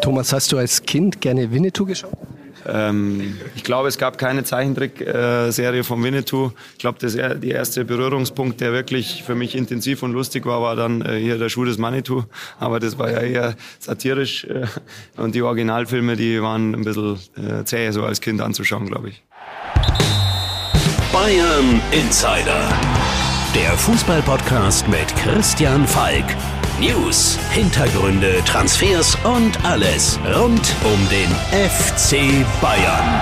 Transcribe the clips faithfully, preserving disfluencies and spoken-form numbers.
Thomas, hast du als Kind gerne Winnetou geschaut? Ähm, ich glaube, es gab keine Zeichentrickserie von Winnetou. Ich glaube, das er, die erste Berührungspunkt, der wirklich für mich intensiv und lustig war, war dann äh, hier der Schuh des Manitou. Aber das war ja eher satirisch. Äh, und die Originalfilme, die waren ein bisschen äh, zäh, so als Kind anzuschauen, glaube ich. Bayern Insider. Der Fußball-Podcast mit Christian Falk. News, Hintergründe, Transfers und alles rund um den F C Bayern.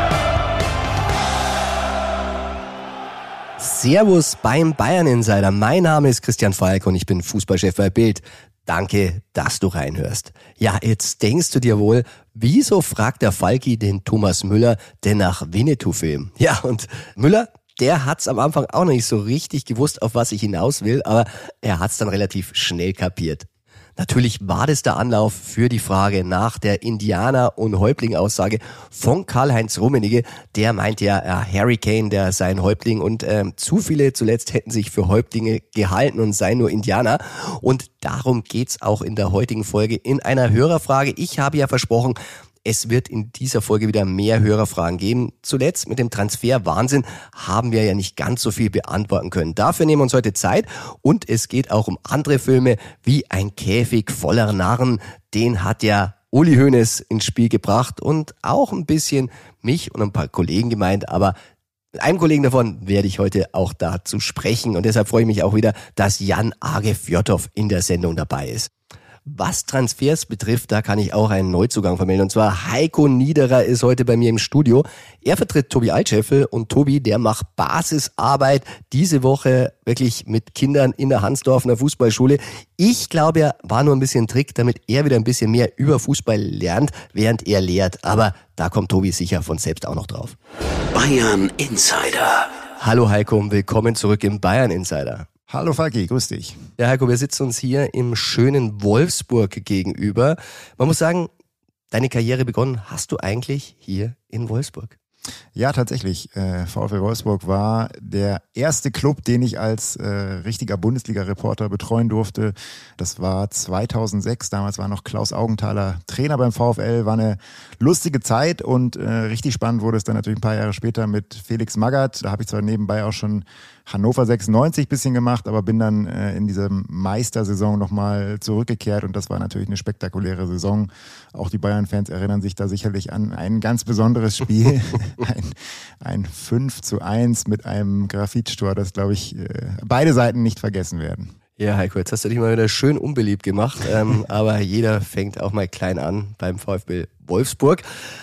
Servus beim Bayern Insider. Mein Name ist Christian Falk und ich bin Fußballchef bei Bild. Danke, dass du reinhörst. Ja, jetzt denkst du dir wohl, wieso fragt der Falki den Thomas Müller denn nach Winnetou-Film? Ja, und Müller, der hat's am Anfang auch noch nicht so richtig gewusst, auf was ich hinaus will, aber er hat's dann relativ schnell kapiert. Natürlich war das der Anlauf für die Frage nach der Indianer- und Häuptling-Aussage von Karl-Heinz Rummenigge. Der meinte ja, ja, Harry Kane, der sei ein Häuptling und ähm, zu viele zuletzt hätten sich für Häuptlinge gehalten und seien nur Indianer. Und darum geht's auch in der heutigen Folge in einer Hörerfrage. Ich habe ja versprochen, es wird in dieser Folge wieder mehr Hörerfragen geben. Zuletzt mit dem Transfer-Wahnsinn haben wir ja nicht ganz so viel beantworten können. Dafür nehmen wir uns heute Zeit und es geht auch um andere Filme wie Ein Käfig voller Narren. Den hat ja Uli Hoeneß ins Spiel gebracht und auch ein bisschen mich und ein paar Kollegen gemeint, aber mit einem Kollegen davon werde ich heute auch dazu sprechen und deshalb freue ich mich auch wieder, dass Jan Age Fjotov in der Sendung dabei ist. Was Transfers betrifft, da kann ich auch einen Neuzugang vermelden. Und zwar Heiko Niederer ist heute bei mir im Studio. Er vertritt Tobi Altscheffel und Tobi, der macht Basisarbeit diese Woche wirklich mit Kindern in der Hansdorfener Fußballschule. Ich glaube, er war nur ein bisschen ein Trick, damit er wieder ein bisschen mehr über Fußball lernt, während er lehrt. Aber da kommt Tobi sicher von selbst auch noch drauf. Bayern Insider. Hallo Heiko und willkommen zurück im Bayern Insider. Hallo Falki, grüß dich. Ja Heiko, wir sitzen uns hier im schönen Wolfsburg gegenüber. Man muss sagen, deine Karriere begonnen hast du eigentlich hier in Wolfsburg. Ja, tatsächlich. Äh, VfL Wolfsburg war der erste Club, den ich als äh, richtiger Bundesliga-Reporter betreuen durfte. Das war zweitausendsechs. Damals war noch Klaus Augenthaler Trainer beim VfL. War eine lustige Zeit und äh, richtig spannend wurde es dann natürlich ein paar Jahre später mit Felix Magath. Da habe ich zwar nebenbei auch schon Hannover sechsundneunzig bisschen gemacht, aber bin dann äh, in dieser Meistersaison nochmal zurückgekehrt und das war natürlich eine spektakuläre Saison. Auch die Bayern-Fans erinnern sich da sicherlich an ein ganz besonderes Spiel. ein, ein fünf zu eins mit einem Graphittor, das, glaube ich, äh, beide Seiten nicht vergessen werden. Ja, Heiko, jetzt hast du dich mal wieder schön unbeliebt gemacht, ähm, aber jeder fängt auch mal klein an beim VfB Wolfsburg.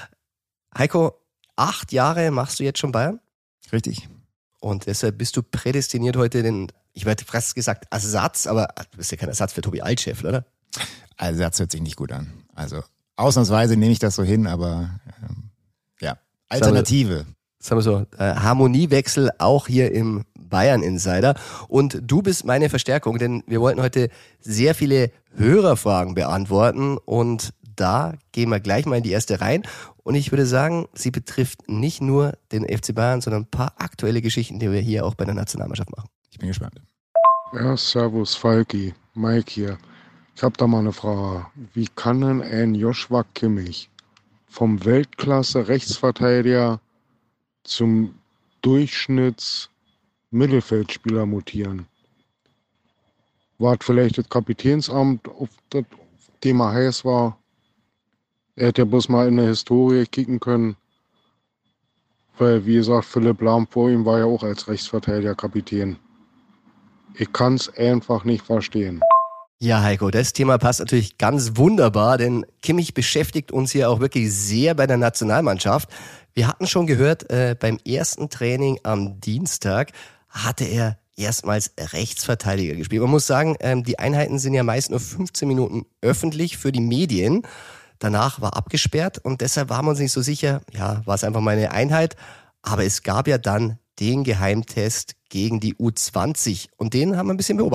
Heiko, acht Jahre machst du jetzt schon Bayern? Richtig. Und deshalb bist du prädestiniert heute den, ich hätte fast gesagt Ersatz, aber du bist ja kein Ersatz für Tobi Altscheffel, oder? Ersatz hört sich nicht gut an. Also ausnahmsweise nehme ich das so hin, aber ähm, ja, Alternative. Sagen wir so, äh, Harmoniewechsel auch hier im Bayern Insider. Und du bist meine Verstärkung, denn wir wollten heute sehr viele Hörerfragen beantworten und da gehen wir gleich mal in die erste rein. Und ich würde sagen, sie betrifft nicht nur den F C Bayern, sondern ein paar aktuelle Geschichten, die wir hier auch bei der Nationalmannschaft machen. Ich bin gespannt. Ja, servus Falki, Mike hier. Ich habe da mal eine Frage. Wie kann denn ein Joshua Kimmich vom Weltklasse-Rechtsverteidiger zum Durchschnitts-Mittelfeldspieler mutieren? War vielleicht das Kapitänsamt, auf das Thema heiß war? Er hätte ja bloß mal in der Historie kicken können. Weil, wie gesagt, Philipp Lahm vor ihm war ja auch als Rechtsverteidiger Kapitän. Ich kann es einfach nicht verstehen. Ja, Heiko, das Thema passt natürlich ganz wunderbar, denn Kimmich beschäftigt uns hier auch wirklich sehr bei der Nationalmannschaft. Wir hatten schon gehört, äh, beim ersten Training am Dienstag hatte er erstmals Rechtsverteidiger gespielt. Man muss sagen, ähm, die Einheiten sind ja meist nur fünfzehn Minuten öffentlich für die Medien. Danach war abgesperrt und deshalb waren wir uns nicht so sicher, ja, war es einfach mal eine Einheit. Aber es gab ja dann den Geheimtest gegen die U zwanzig und den haben wir ein bisschen beobachtet.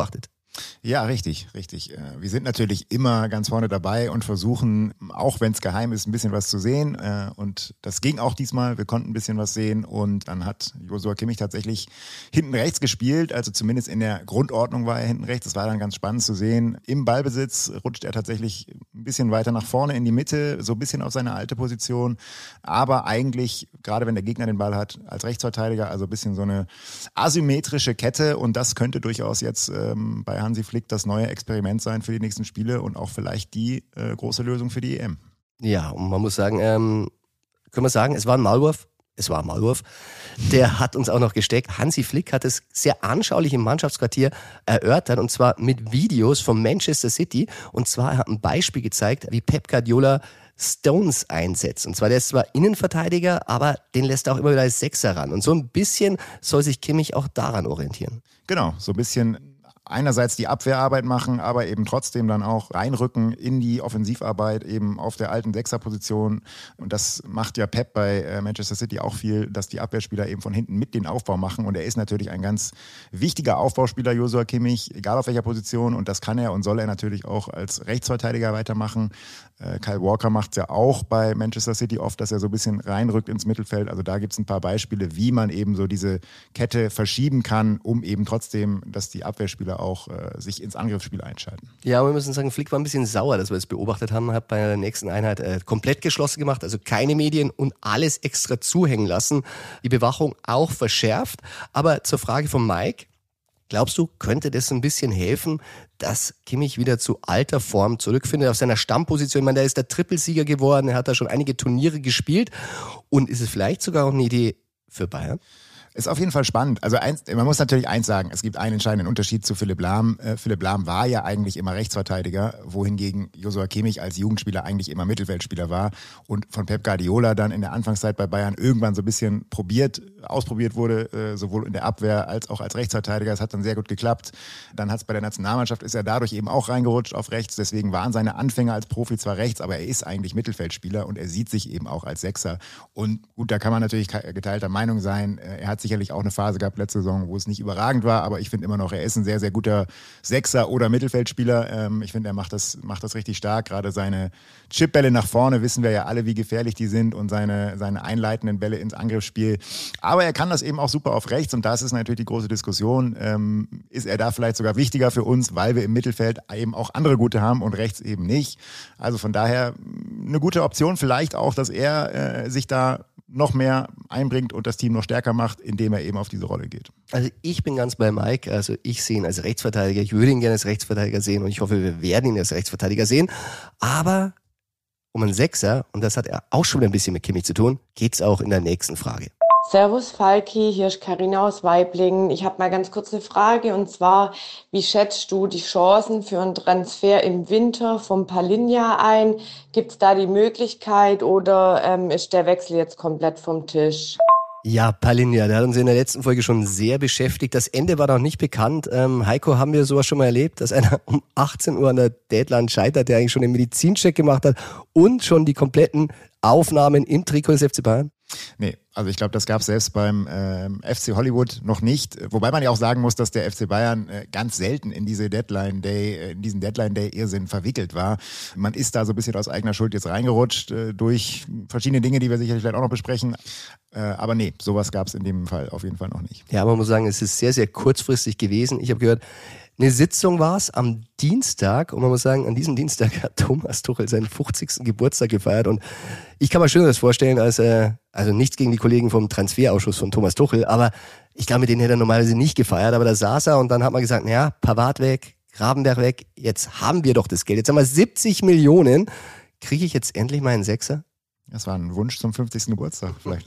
Ja, richtig, richtig. Wir sind natürlich immer ganz vorne dabei und versuchen, auch wenn es geheim ist, ein bisschen was zu sehen. Und das ging auch diesmal. Wir konnten ein bisschen was sehen und dann hat Joshua Kimmich tatsächlich hinten rechts gespielt. Also zumindest in der Grundordnung war er hinten rechts. Das war dann ganz spannend zu sehen. Im Ballbesitz rutscht er tatsächlich ein bisschen weiter nach vorne in die Mitte, so ein bisschen auf seine alte Position. Aber eigentlich, gerade wenn der Gegner den Ball hat, als Rechtsverteidiger, also ein bisschen so eine asymmetrische Kette. Und das könnte durchaus jetzt ähm, bei Hansi Flick das neue Experiment sein für die nächsten Spiele und auch vielleicht die äh, große Lösung für die E M. Ja, und man muss sagen, ähm, können wir sagen, es war ein Maulwurf. Es war ein Maulwurf. Der hat uns auch noch gesteckt. Hansi Flick hat es sehr anschaulich im Mannschaftsquartier erörtert und zwar mit Videos von Manchester City. Und zwar er hat ein Beispiel gezeigt, wie Pep Guardiola Stones einsetzt. Und zwar, der ist zwar Innenverteidiger, aber den lässt er auch immer wieder als Sechser ran. Und so ein bisschen soll sich Kimmich auch daran orientieren. Genau, so ein bisschen einerseits die Abwehrarbeit machen, aber eben trotzdem dann auch reinrücken in die Offensivarbeit eben auf der alten Sechserposition. Und das macht ja Pep bei Manchester City auch viel, dass die Abwehrspieler eben von hinten mit den Aufbau machen. Und er ist natürlich ein ganz wichtiger Aufbauspieler, Joshua Kimmich, egal auf welcher Position. Und das kann er und soll er natürlich auch als Rechtsverteidiger weitermachen. Kyle Walker macht es ja auch bei Manchester City oft, dass er so ein bisschen reinrückt ins Mittelfeld. Also da gibt es ein paar Beispiele, wie man eben so diese Kette verschieben kann, um eben trotzdem, dass die Abwehrspieler auch äh, sich ins Angriffsspiel einschalten. Ja, aber wir müssen sagen, Flick war ein bisschen sauer, dass wir es beobachtet haben. Hat bei der nächsten Einheit äh, komplett geschlossen gemacht, also keine Medien und alles extra zuhängen lassen. Die Bewachung auch verschärft. Aber zur Frage von Mike, glaubst du, könnte das ein bisschen helfen, dass Kimmich wieder zu alter Form zurückfindet, auf seiner Stammposition? Ich meine, der ist der Trippelsieger geworden, er hat da schon einige Turniere gespielt. Und ist es vielleicht sogar auch eine Idee für Bayern? Ist auf jeden Fall spannend. Also eins, man muss natürlich eins sagen, es gibt einen entscheidenden Unterschied zu Philipp Lahm. Äh, Philipp Lahm war ja eigentlich immer Rechtsverteidiger, wohingegen Joshua Kimmich als Jugendspieler eigentlich immer Mittelfeldspieler war und von Pep Guardiola dann in der Anfangszeit bei Bayern irgendwann so ein bisschen probiert, ausprobiert wurde, äh, sowohl in der Abwehr als auch als Rechtsverteidiger. Es hat dann sehr gut geklappt. Dann hat es bei der Nationalmannschaft, ist er dadurch eben auch reingerutscht auf rechts. Deswegen waren seine Anfänge als Profi zwar rechts, aber er ist eigentlich Mittelfeldspieler und er sieht sich eben auch als Sechser. Und gut, da kann man natürlich geteilter Meinung sein. Er hat sicherlich auch eine Phase gehabt letzte Saison, wo es nicht überragend war, aber ich finde immer noch, er ist ein sehr, sehr guter Sechser- oder Mittelfeldspieler. Ähm, ich finde, er macht das, macht das richtig stark. Gerade seine Chipbälle nach vorne, wissen wir ja alle, wie gefährlich die sind und seine, seine einleitenden Bälle ins Angriffsspiel. Aber er kann das eben auch super auf rechts und das ist natürlich die große Diskussion. Ähm, ist er da vielleicht sogar wichtiger für uns, weil wir im Mittelfeld eben auch andere gute haben und rechts eben nicht. Also von daher eine gute Option vielleicht auch, dass er äh, sich da noch mehr einbringt und das Team noch stärker macht, indem er eben auf diese Rolle geht. Also ich bin ganz bei Mike, also ich sehe ihn als Rechtsverteidiger, ich würde ihn gerne als Rechtsverteidiger sehen und ich hoffe, wir werden ihn als Rechtsverteidiger sehen, aber um einen Sechser, und das hat er auch schon ein bisschen mit Kimmich zu tun, geht's auch in der nächsten Frage. Servus Falki, hier ist Carina aus Waiblingen. Ich habe mal ganz kurz eine Frage und zwar, wie schätzt du die Chancen für einen Transfer im Winter vom Palinja ein? Gibt es da die Möglichkeit oder ähm, ist der Wechsel jetzt komplett vom Tisch? Ja, Palinja, der hat uns in der letzten Folge schon sehr beschäftigt. Das Ende war noch nicht bekannt. Ähm, Heiko, haben wir sowas schon mal erlebt, dass einer um achtzehn Uhr an der Deadline scheitert, der eigentlich schon den Medizincheck gemacht hat und schon die kompletten Aufnahmen im Trikot des F C Bayern? Nee, also ich glaube, das gab es selbst beim ähm, F C Hollywood noch nicht. Wobei man ja auch sagen muss, dass der F C Bayern äh, ganz selten in diese Deadline Day, äh, in diesen Deadline Day Irrsinn verwickelt war. Man ist da so ein bisschen aus eigener Schuld jetzt reingerutscht äh, durch verschiedene Dinge, die wir sicherlich vielleicht auch noch besprechen. Äh, aber nee, sowas gab es in dem Fall auf jeden Fall noch nicht. Ja, man muss sagen, es ist sehr, sehr kurzfristig gewesen. Ich habe gehört, eine Sitzung war es am Dienstag und man muss sagen, an diesem Dienstag hat Thomas Tuchel seinen fünfzigsten Geburtstag gefeiert und ich kann mir Schöneres vorstellen als, äh, also nichts gegen die Kollegen vom Transferausschuss von Thomas Tuchel, aber ich glaube, mit denen hätte er normalerweise nicht gefeiert, aber da saß er und dann hat man gesagt, naja, Pavard weg, Grabenberg weg, jetzt haben wir doch das Geld, jetzt haben wir siebzig Millionen, kriege ich jetzt endlich mal einen Sechser? Das war ein Wunsch zum fünfzigsten Geburtstag vielleicht.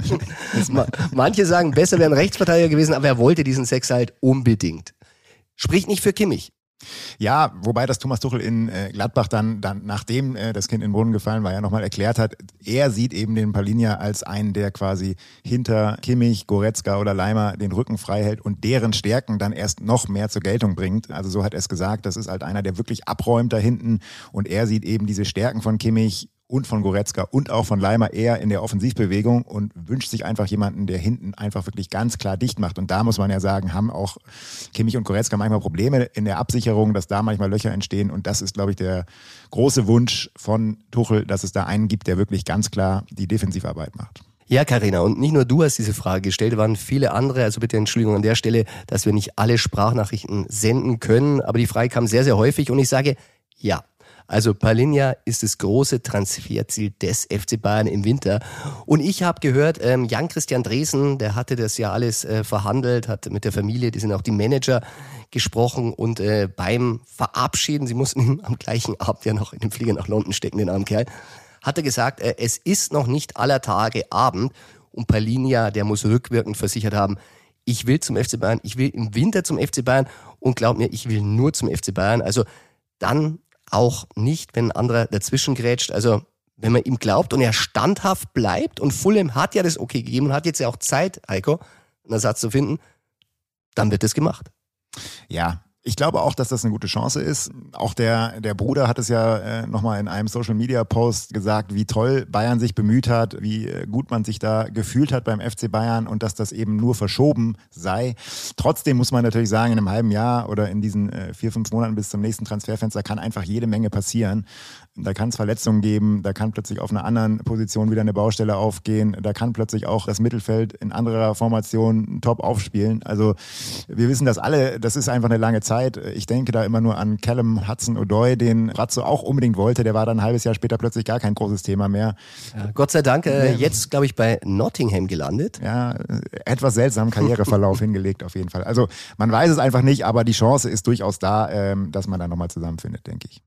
Manche sagen, besser wäre ein Rechtsverteidiger gewesen, aber er wollte diesen Sechser halt unbedingt. Spricht nicht für Kimmich. Ja, wobei das Thomas Tuchel in äh, Gladbach dann, dann nachdem äh, das Kind in den Brunnen gefallen war, ja nochmal erklärt hat, er sieht eben den Palinja als einen, der quasi hinter Kimmich, Goretzka oder Leimer den Rücken frei hält und deren Stärken dann erst noch mehr zur Geltung bringt. Also so hat er es gesagt, das ist halt einer, der wirklich abräumt da hinten und er sieht eben diese Stärken von Kimmich und von Goretzka und auch von Leimer eher in der Offensivbewegung und wünscht sich einfach jemanden, der hinten einfach wirklich ganz klar dicht macht. Und da muss man ja sagen, haben auch Kimmich und Goretzka manchmal Probleme in der Absicherung, dass da manchmal Löcher entstehen. Und das ist, glaube ich, der große Wunsch von Tuchel, dass es da einen gibt, der wirklich ganz klar die Defensivarbeit macht. Ja, Carina, und nicht nur du hast diese Frage gestellt, waren viele andere, also bitte Entschuldigung an der Stelle, dass wir nicht alle Sprachnachrichten senden können, aber die Frage kam sehr, sehr häufig und ich sage ja. Also Palhinha ist das große Transferziel des F C Bayern im Winter. Und ich habe gehört, ähm, Jan-Christian Dresen, der hatte das ja alles äh, verhandelt, hat mit der Familie, die sind auch die Manager, gesprochen und äh, beim Verabschieden, sie mussten ihn am gleichen Abend ja noch in den Flieger nach London stecken, den armen Kerl, hat er gesagt, äh, es ist noch nicht aller Tage Abend und Palhinha, der muss rückwirkend versichert haben, ich will zum F C Bayern, ich will im Winter zum F C Bayern und glaub mir, ich will nur zum F C Bayern. Also dann auch nicht, wenn ein anderer dazwischen grätscht. Also wenn man ihm glaubt und er standhaft bleibt und Fulham hat ja das okay gegeben und hat jetzt ja auch Zeit, Heiko, einen Ersatz zu finden, dann wird das gemacht. Ja, ich glaube auch, dass das eine gute Chance ist. Auch der, der Bruder hat es ja äh, nochmal in einem Social-Media-Post gesagt, wie toll Bayern sich bemüht hat, wie äh, gut man sich da gefühlt hat beim F C Bayern und dass das eben nur verschoben sei. Trotzdem muss man natürlich sagen, in einem halben Jahr oder in diesen äh, vier, fünf Monaten bis zum nächsten Transferfenster kann einfach jede Menge passieren. Da kann es Verletzungen geben, da kann plötzlich auf einer anderen Position wieder eine Baustelle aufgehen, da kann plötzlich auch das Mittelfeld in anderer Formation top aufspielen. Also wir wissen das alle, das ist einfach eine lange Zeit. Ich denke da immer nur an Callum Hudson-Odoi, den Ratzo auch unbedingt wollte, der war dann ein halbes Jahr später plötzlich gar kein großes Thema mehr. Ja, Gott sei Dank, äh, jetzt glaube ich bei Nottingham gelandet. Ja, etwas seltsamen Karriereverlauf hingelegt auf jeden Fall. Also man weiß es einfach nicht, aber die Chance ist durchaus da, ähm, dass man da nochmal zusammenfindet, denke ich.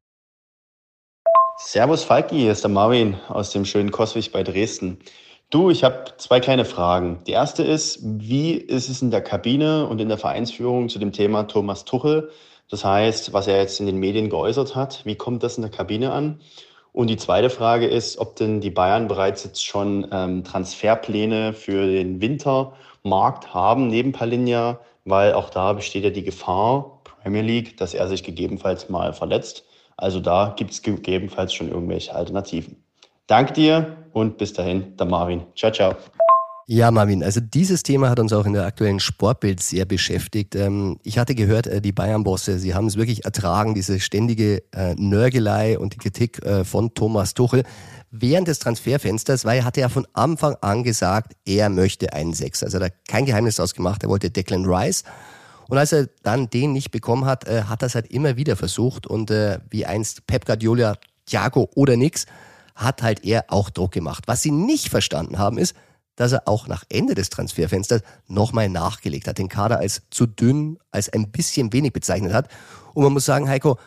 Servus Falki, hier ist der Marvin aus dem schönen Coswig bei Dresden. Du, ich habe zwei kleine Fragen. Die erste ist, wie ist es in der Kabine und in der Vereinsführung zu dem Thema Thomas Tuchel? Das heißt, was er jetzt in den Medien geäußert hat, wie kommt das in der Kabine an? Und die zweite Frage ist, ob denn die Bayern bereits jetzt schon ähm, Transferpläne für den Wintermarkt haben neben Palhinha, weil auch da besteht ja die Gefahr, Premier League, dass er sich gegebenenfalls mal verletzt. Also da gibt es gegebenenfalls schon irgendwelche Alternativen. Danke dir und bis dahin, der Marvin. Ciao, ciao. Ja, Marvin, also dieses Thema hat uns auch in der aktuellen Sportbild sehr beschäftigt. Ich hatte gehört, die Bayern-Bosse, sie haben es wirklich ertragen, diese ständige Nörgelei und die Kritik von Thomas Tuchel während des Transferfensters, weil er hatte ja von Anfang an gesagt, er möchte einen Sechser. Also er hat kein Geheimnis daraus gemacht, er wollte Declan Rice. Und als er dann den nicht bekommen hat, äh, hat er es halt immer wieder versucht. Und äh, wie einst Pep Guardiola, Thiago oder nix, hat halt er auch Druck gemacht. Was sie nicht verstanden haben, ist, dass er auch nach Ende des Transferfensters nochmal nachgelegt hat, den Kader als zu dünn, als ein bisschen wenig bezeichnet hat. Und man muss sagen, Heiko,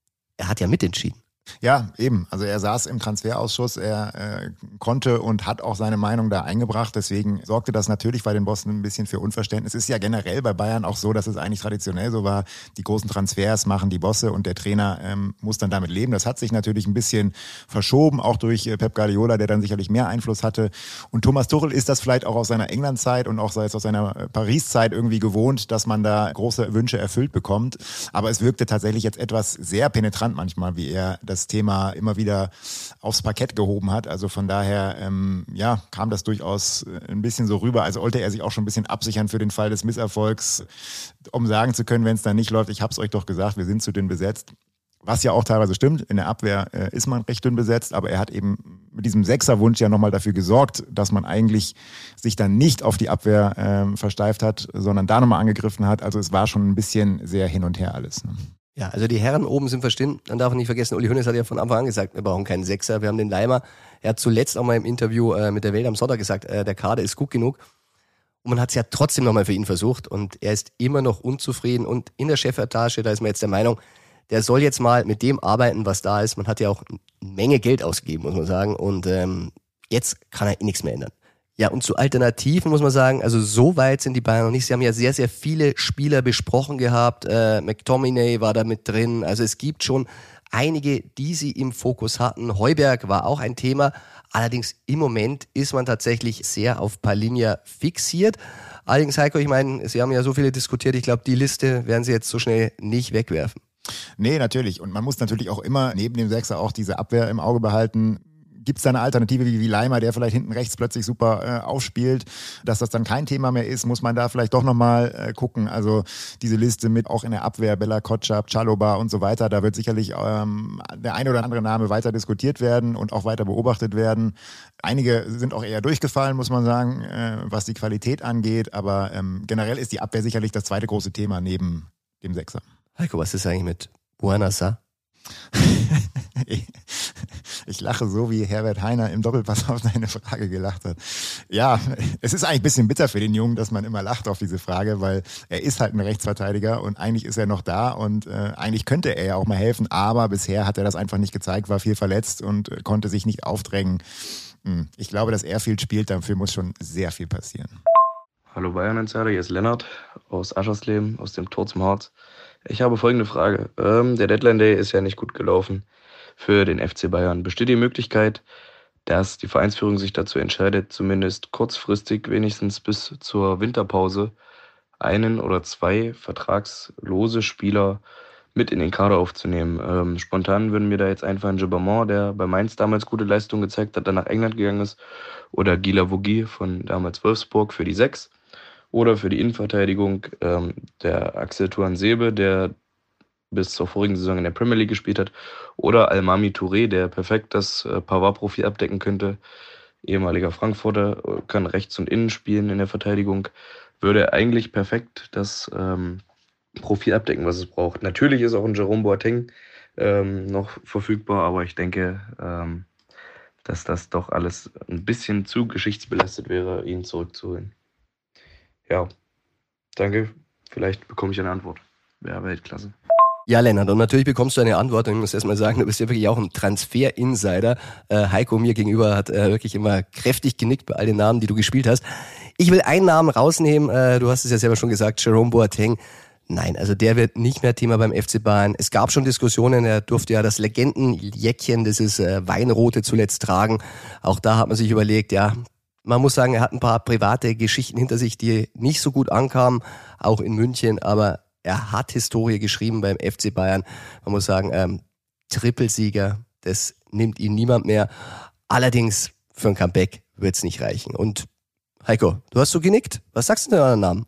er hat ja mitentschieden. Ja, eben. Also er saß im Transferausschuss, er äh, konnte und hat auch seine Meinung da eingebracht. Deswegen sorgte das natürlich bei den Bossen ein bisschen für Unverständnis. Es ist ja generell bei Bayern auch so, dass es eigentlich traditionell so war, die großen Transfers machen die Bosse und der Trainer ähm, muss dann damit leben. Das hat sich natürlich ein bisschen verschoben, auch durch äh, Pep Guardiola, der dann sicherlich mehr Einfluss hatte. Und Thomas Tuchel ist das vielleicht auch aus seiner England-Zeit und auch aus seiner Paris-Zeit irgendwie gewohnt, dass man da große Wünsche erfüllt bekommt. Aber es wirkte tatsächlich jetzt etwas sehr penetrant manchmal, wie er das Thema immer wieder aufs Parkett gehoben hat. Also von daher, ähm, ja, kam das durchaus ein bisschen so rüber, als wollte er sich auch schon ein bisschen absichern für den Fall des Misserfolgs, um sagen zu können, wenn es dann nicht läuft, ich hab's euch doch gesagt, wir sind zu dünn besetzt. Was ja auch teilweise stimmt, in der Abwehr äh, ist man recht dünn besetzt, aber er hat eben mit diesem Sechserwunsch ja nochmal dafür gesorgt, dass man eigentlich sich dann nicht auf die Abwehr äh, versteift hat, sondern da nochmal angegriffen hat. Also es war schon ein bisschen sehr hin und her alles. Ne? Ja, also die Herren oben sind verstimmt. Man darf nicht vergessen, Uli Hoeneß hat ja von Anfang an gesagt, wir brauchen keinen Sechser, wir haben den Leimer. Er hat zuletzt auch mal im Interview äh, mit der Welt am Sonntag gesagt, äh, der Kader ist gut genug. Und man hat es ja trotzdem nochmal für ihn versucht und er ist immer noch unzufrieden. Und in der Chefetage, da ist man jetzt der Meinung, der soll jetzt mal mit dem arbeiten, was da ist. Man hat ja auch eine Menge Geld ausgegeben, muss man sagen. Und ähm, jetzt kann er eh nichts mehr ändern. Ja, und zu Alternativen muss man sagen, also so weit sind die Bayern noch nicht. Sie haben ja sehr, sehr viele Spieler besprochen gehabt. Äh, McTominay war da mit drin. Also es gibt schon einige, die sie im Fokus hatten. Heuberg war auch ein Thema. Allerdings im Moment ist man tatsächlich sehr auf Palhinha fixiert. Allerdings, Heiko, ich meine, Sie haben ja so viele diskutiert. Ich glaube, die Liste werden Sie jetzt so schnell nicht wegwerfen. Nee, natürlich. Und man muss natürlich auch immer neben dem Sechser auch diese Abwehr im Auge behalten. gibt es da eine Alternative wie, wie Leimer, der vielleicht hinten rechts plötzlich super äh, aufspielt, dass das dann kein Thema mehr ist, muss man da vielleicht doch nochmal äh, gucken. Also diese Liste mit auch in der Abwehr, Bella Kotschap, Chalobah und so weiter, da wird sicherlich ähm, der eine oder andere Name weiter diskutiert werden und auch weiter beobachtet werden. Einige sind auch eher durchgefallen, muss man sagen, äh, was die Qualität angeht, aber ähm, generell ist die Abwehr sicherlich das zweite große Thema neben dem Sechser. Heiko, was ist eigentlich mit Buonassa? ich, ich lache so, wie Herbert Heiner im Doppelpass auf seine Frage gelacht hat. Ja, es ist eigentlich ein bisschen bitter für den Jungen, dass man immer lacht auf diese Frage, weil er ist halt ein Rechtsverteidiger und eigentlich ist er noch da und äh, eigentlich könnte er ja auch mal helfen, aber bisher hat er das einfach nicht gezeigt, war viel verletzt und äh, konnte sich nicht aufdrängen. Hm. Ich glaube, dass er viel spielt, dafür muss schon sehr viel passieren. Hallo Bayern-Insider, hier ist Lennart aus Aschersleben, aus dem Tor zum Harz. Ich habe folgende Frage. Ähm, der Deadline Day ist ja nicht gut gelaufen für den F C Bayern. Besteht die Möglichkeit, dass die Vereinsführung sich dazu entscheidet, zumindest kurzfristig, wenigstens bis zur Winterpause, einen oder zwei vertragslose Spieler mit in den Kader aufzunehmen? Ähm, spontan würden mir da jetzt einfallen Gibamont, der bei Mainz damals gute Leistung gezeigt hat, dann nach England gegangen ist, oder Guy Vogie von damals Wolfsburg für die Sechs. Oder für die Innenverteidigung ähm, der Axel Tuanzebe, der bis zur vorigen Saison in der Premier League gespielt hat. Oder Almami Touré, der perfekt das äh, Pavard-Profil abdecken könnte. Ehemaliger Frankfurter, kann rechts und innen spielen in der Verteidigung. Würde eigentlich perfekt das ähm, Profil abdecken, was es braucht. Natürlich ist auch ein Jerome Boateng ähm, noch verfügbar, aber ich denke, ähm, dass das doch alles ein bisschen zu geschichtsbelastet wäre, ihn zurückzuholen. Ja, danke. Vielleicht bekomme ich eine Antwort. Wäre Weltklasse. Ja, Lennart, und natürlich bekommst du eine Antwort. Und ich muss erst mal sagen, du bist ja wirklich auch ein Transfer-Insider. Äh, Heiko mir gegenüber hat äh, wirklich immer kräftig genickt bei all den Namen, die du gespielt hast. Ich will einen Namen rausnehmen. Äh, du hast es ja selber schon gesagt, Jerome Boateng. Nein, also der wird nicht mehr Thema beim F C Bayern. Es gab schon Diskussionen, er durfte ja das Legendenjäckchen, dieses äh, Weinrote zuletzt tragen. Auch da hat man sich überlegt, ja, man muss sagen, er hat ein paar private Geschichten hinter sich, die nicht so gut ankamen, auch in München, aber er hat Historie geschrieben beim F C Bayern. Man muss sagen, ähm, Trippelsieger, das nimmt ihn niemand mehr. Allerdings für ein Comeback wird es nicht reichen. Und Heiko, du hast so genickt. Was sagst du denn an den Namen?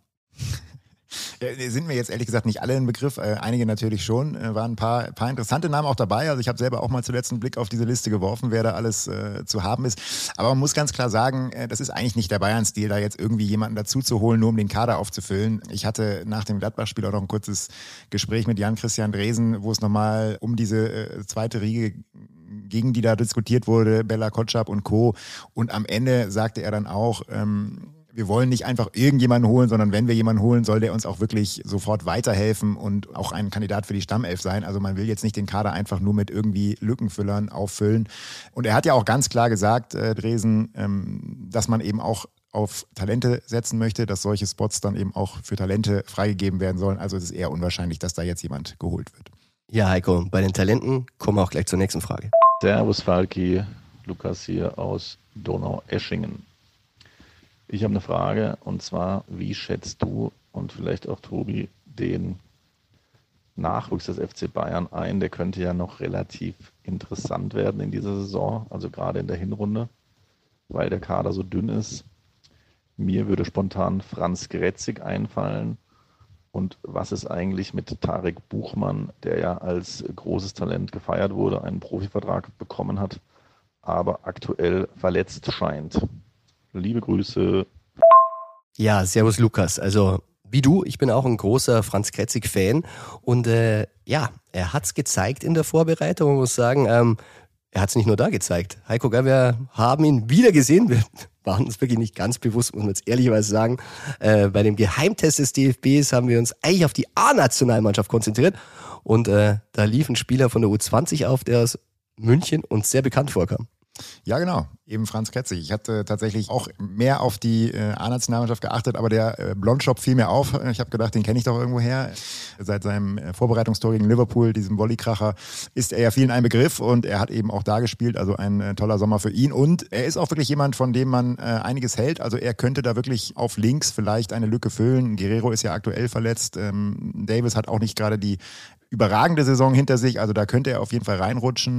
Ja, sind mir jetzt ehrlich gesagt nicht alle ein Begriff, äh, einige natürlich schon, äh, waren ein paar, paar interessante Namen auch dabei, also ich habe selber auch mal zuletzt einen Blick auf diese Liste geworfen, wer da alles äh, zu haben ist, aber man muss ganz klar sagen, äh, das ist eigentlich nicht der Bayern-Stil, da jetzt irgendwie jemanden dazu zu holen, nur um den Kader aufzufüllen. Ich hatte nach dem Gladbach-Spiel auch noch ein kurzes Gespräch mit Jan-Christian Dresen, wo es nochmal um diese äh, zweite Riege gegen die da diskutiert wurde, Bella Kotschap und Co. Und am Ende sagte er dann auch, ähm, wir wollen nicht einfach irgendjemanden holen, sondern wenn wir jemanden holen, soll der uns auch wirklich sofort weiterhelfen und auch ein Kandidat für die Stammelf sein. Also man will jetzt nicht den Kader einfach nur mit irgendwie Lückenfüllern auffüllen. Und er hat ja auch ganz klar gesagt, äh, Dresen, ähm, dass man eben auch auf Talente setzen möchte, dass solche Spots dann eben auch für Talente freigegeben werden sollen. Also es ist eher unwahrscheinlich, dass da jetzt jemand geholt wird. Ja, Heiko, bei den Talenten kommen wir auch gleich zur nächsten Frage. Servus Falki, Lukas hier aus Donaueschingen. Ich habe eine Frage, und zwar, wie schätzt du und vielleicht auch Tobi den Nachwuchs des F C Bayern ein? Der könnte ja noch relativ interessant werden in dieser Saison, also gerade in der Hinrunde, weil der Kader so dünn ist. Mir würde spontan Franz Gretzig einfallen. Und was ist eigentlich mit Tarek Buchmann, der ja als großes Talent gefeiert wurde, einen Profivertrag bekommen hat, aber aktuell verletzt scheint? Liebe Grüße. Ja, servus Lukas. Also wie du, ich bin auch ein großer Franz Kretzig-Fan und äh, ja, er hat's gezeigt in der Vorbereitung. Man muss sagen, ähm, er hat's nicht nur da gezeigt. Heiko, gell, wir haben ihn wieder gesehen. Wir waren uns wirklich nicht ganz bewusst, muss man jetzt ehrlicherweise sagen. Äh, bei dem Geheimtest des D F Bs haben wir uns eigentlich auf die A-Nationalmannschaft konzentriert und äh, da lief ein Spieler von der U zwanzig auf, der aus München uns sehr bekannt vorkam. Ja, genau. Eben Franz Kretzig. Ich hatte tatsächlich auch mehr auf die äh, A-Nationalmannschaft geachtet, aber der äh, Blondschopf fiel mir auf. Ich habe gedacht, den kenne ich doch irgendwo her. Seit seinem äh, Vorbereitungstor gegen Liverpool, diesem Volleykracher, ist er ja vielen ein Begriff und er hat eben auch da gespielt. Also ein äh, toller Sommer für ihn. Und er ist auch wirklich jemand, von dem man äh, einiges hält. Also er könnte da wirklich auf links vielleicht eine Lücke füllen. Guerrero ist ja aktuell verletzt. Ähm, Davis hat auch nicht gerade die überragende Saison hinter sich. Also da könnte er auf jeden Fall reinrutschen.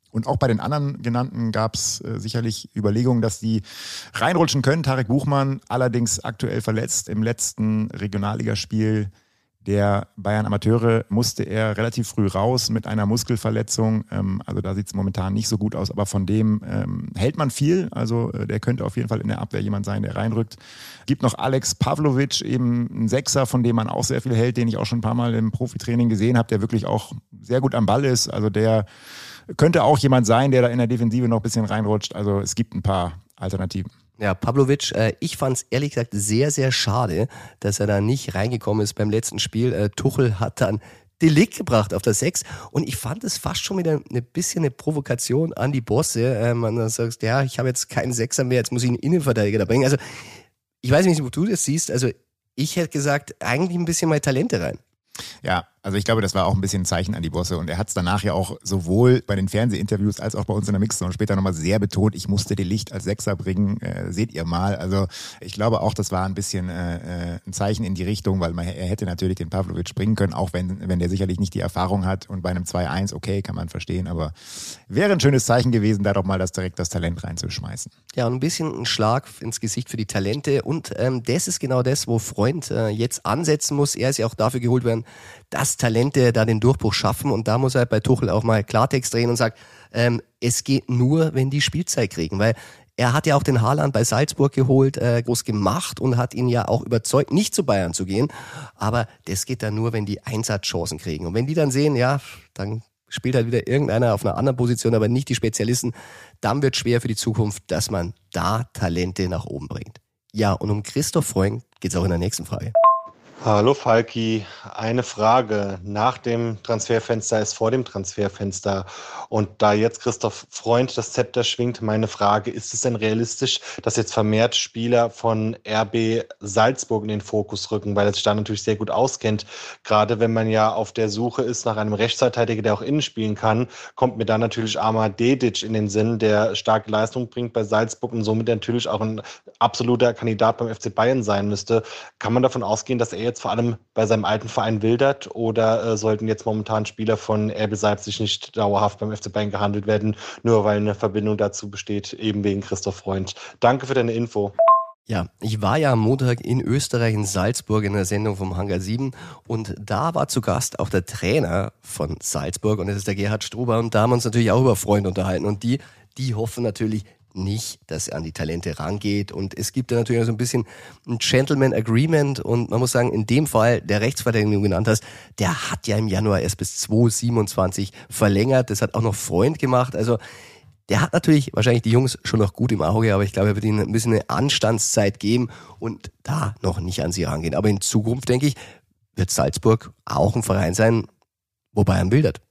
Und auch bei den anderen genannten gab es äh, sicherlich Überlegungen, dass die reinrutschen können. Tarek Buchmann allerdings aktuell verletzt. Im letzten Regionalligaspiel der Bayern Amateure musste er relativ früh raus mit einer Muskelverletzung. Ähm, also da sieht es momentan nicht so gut aus, aber von dem ähm, hält man viel. Also äh, der könnte auf jeden Fall in der Abwehr jemand sein, der reinrückt. Gibt noch Alex Pavlovic, eben ein Sechser, von dem man auch sehr viel hält, den ich auch schon ein paar Mal im Profitraining gesehen habe, der wirklich auch sehr gut am Ball ist. Also der könnte auch jemand sein, der da in der Defensive noch ein bisschen reinrutscht. Also es gibt ein paar Alternativen. Ja, Pavlovic, äh, ich fand es ehrlich gesagt sehr, sehr schade, dass er da nicht reingekommen ist beim letzten Spiel. Äh, Tuchel hat dann De Ligt gebracht auf der sechs und ich fand es fast schon wieder ein bisschen eine Provokation an die Bosse. Äh, man sagt, ja, ich habe jetzt keinen Sechser mehr, jetzt muss ich einen Innenverteidiger da bringen. Also ich weiß nicht, ob du das siehst, also ich hätte gesagt, eigentlich ein bisschen mal Talente rein. Ja, also ich glaube, das war auch ein bisschen ein Zeichen an die Bosse und er hat es danach ja auch sowohl bei den Fernsehinterviews als auch bei uns in der Mixzone später nochmal sehr betont, ich musste De Ligt als Sechser bringen, äh, seht ihr mal. Also ich glaube auch, das war ein bisschen äh, ein Zeichen in die Richtung, weil man, er hätte natürlich den Pavlovic bringen können, auch wenn, wenn der sicherlich nicht die Erfahrung hat und bei einem zwei eins, okay, kann man verstehen, aber wäre ein schönes Zeichen gewesen, da doch mal das direkt das Talent reinzuschmeißen. Ja, und ein bisschen ein Schlag ins Gesicht für die Talente und ähm, das ist genau das, wo Freund äh, jetzt ansetzen muss. Er ist ja auch dafür geholt worden, dass Talente da den Durchbruch schaffen und da muss er bei Tuchel auch mal Klartext drehen und sagt, ähm, es geht nur, wenn die Spielzeit kriegen, weil er hat ja auch den Haaland bei Salzburg geholt, äh, groß gemacht und hat ihn ja auch überzeugt, nicht zu Bayern zu gehen, aber das geht dann nur, wenn die Einsatzchancen kriegen und wenn die dann sehen, ja, dann spielt halt wieder irgendeiner auf einer anderen Position, aber nicht die Spezialisten, dann wird schwer für die Zukunft, dass man da Talente nach oben bringt. Ja, und um Christoph Freund geht's auch in der nächsten Frage. Hallo Falki, eine Frage. Nach dem Transferfenster ist vor dem Transferfenster und da jetzt Christoph Freund das Zepter schwingt, meine Frage, ist es denn realistisch, dass jetzt vermehrt Spieler von R B Salzburg in den Fokus rücken, weil er sich da natürlich sehr gut auskennt. Gerade wenn man ja auf der Suche ist nach einem Rechtsverteidiger, der auch innen spielen kann, kommt mir dann natürlich Amar Dedic in den Sinn, der starke Leistung bringt bei Salzburg und somit natürlich auch ein absoluter Kandidat beim F C Bayern sein müsste. Kann man davon ausgehen, dass er jetzt vor allem bei seinem alten Verein wildert oder äh, sollten jetzt momentan Spieler von R B Leipzig nicht dauerhaft beim F C Bayern gehandelt werden, nur weil eine Verbindung dazu besteht, eben wegen Christoph Freund? Danke für deine Info. Ja, ich war ja am Montag in Österreich, in Salzburg, in der Sendung vom Hangar sieben und da war zu Gast auch der Trainer von Salzburg und das ist der Gerhard Struber und da haben wir uns natürlich auch über Freund unterhalten und die, die hoffen natürlich nicht, dass er an die Talente rangeht und es gibt ja natürlich so ein bisschen ein Gentleman Agreement und man muss sagen, in dem Fall, der Rechtsverteidiger, den du genannt hast, der hat ja im Januar erst bis zweitausendsiebenundzwanzig verlängert, das hat auch noch Freund gemacht, also der hat natürlich wahrscheinlich die Jungs schon noch gut im Auge, aber ich glaube, er wird ihnen ein bisschen eine Anstandszeit geben und da noch nicht an sie rangehen, aber in Zukunft, denke ich, wird Salzburg auch ein Verein sein, wo Bayern wildert.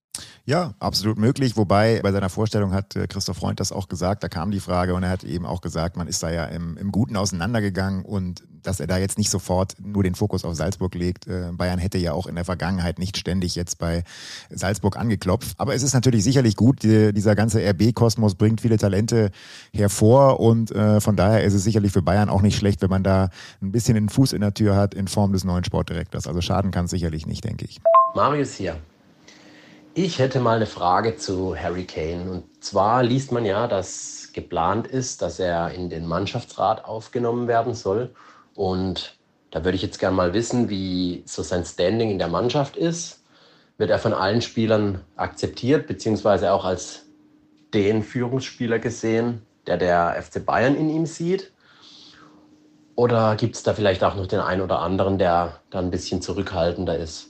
Ja, absolut möglich. Wobei bei seiner Vorstellung hat Christoph Freund das auch gesagt, da kam die Frage und er hat eben auch gesagt, man ist da ja im, im Guten auseinandergegangen und dass er da jetzt nicht sofort nur den Fokus auf Salzburg legt. Bayern hätte ja auch in der Vergangenheit nicht ständig jetzt bei Salzburg angeklopft. Aber es ist natürlich sicherlich gut, die, dieser ganze R B-Kosmos bringt viele Talente hervor und äh, von daher ist es sicherlich für Bayern auch nicht schlecht, wenn man da ein bisschen den Fuß in der Tür hat in Form des neuen Sportdirektors. Also schaden kann es sicherlich nicht, denke ich. Marius hier. Ich hätte mal eine Frage zu Harry Kane. Und zwar liest man ja, dass geplant ist, dass er in den Mannschaftsrat aufgenommen werden soll. Und da würde ich jetzt gerne mal wissen, wie so sein Standing in der Mannschaft ist. Wird er von allen Spielern akzeptiert, beziehungsweise auch als den Führungsspieler gesehen, der der F C Bayern in ihm sieht? Oder gibt es da vielleicht auch noch den einen oder anderen, der da ein bisschen zurückhaltender ist?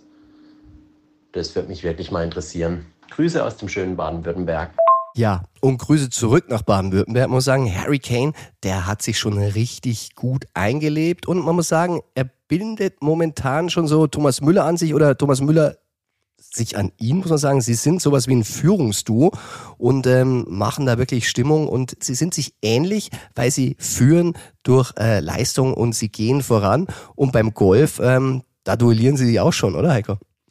Das würde mich wirklich mal interessieren. Grüße aus dem schönen Baden-Württemberg. Ja, und Grüße zurück nach Baden-Württemberg. Man muss sagen, Harry Kane, der hat sich schon richtig gut eingelebt. Und man muss sagen, er bindet momentan schon so Thomas Müller an sich oder Thomas Müller sich an ihn, muss man sagen. Sie sind sowas wie ein Führungsduo und ähm, machen da wirklich Stimmung. Und sie sind sich ähnlich, weil sie führen durch äh, Leistung und sie gehen voran. Und beim Golf, ähm, da duellieren sie sich auch schon, oder Heiko?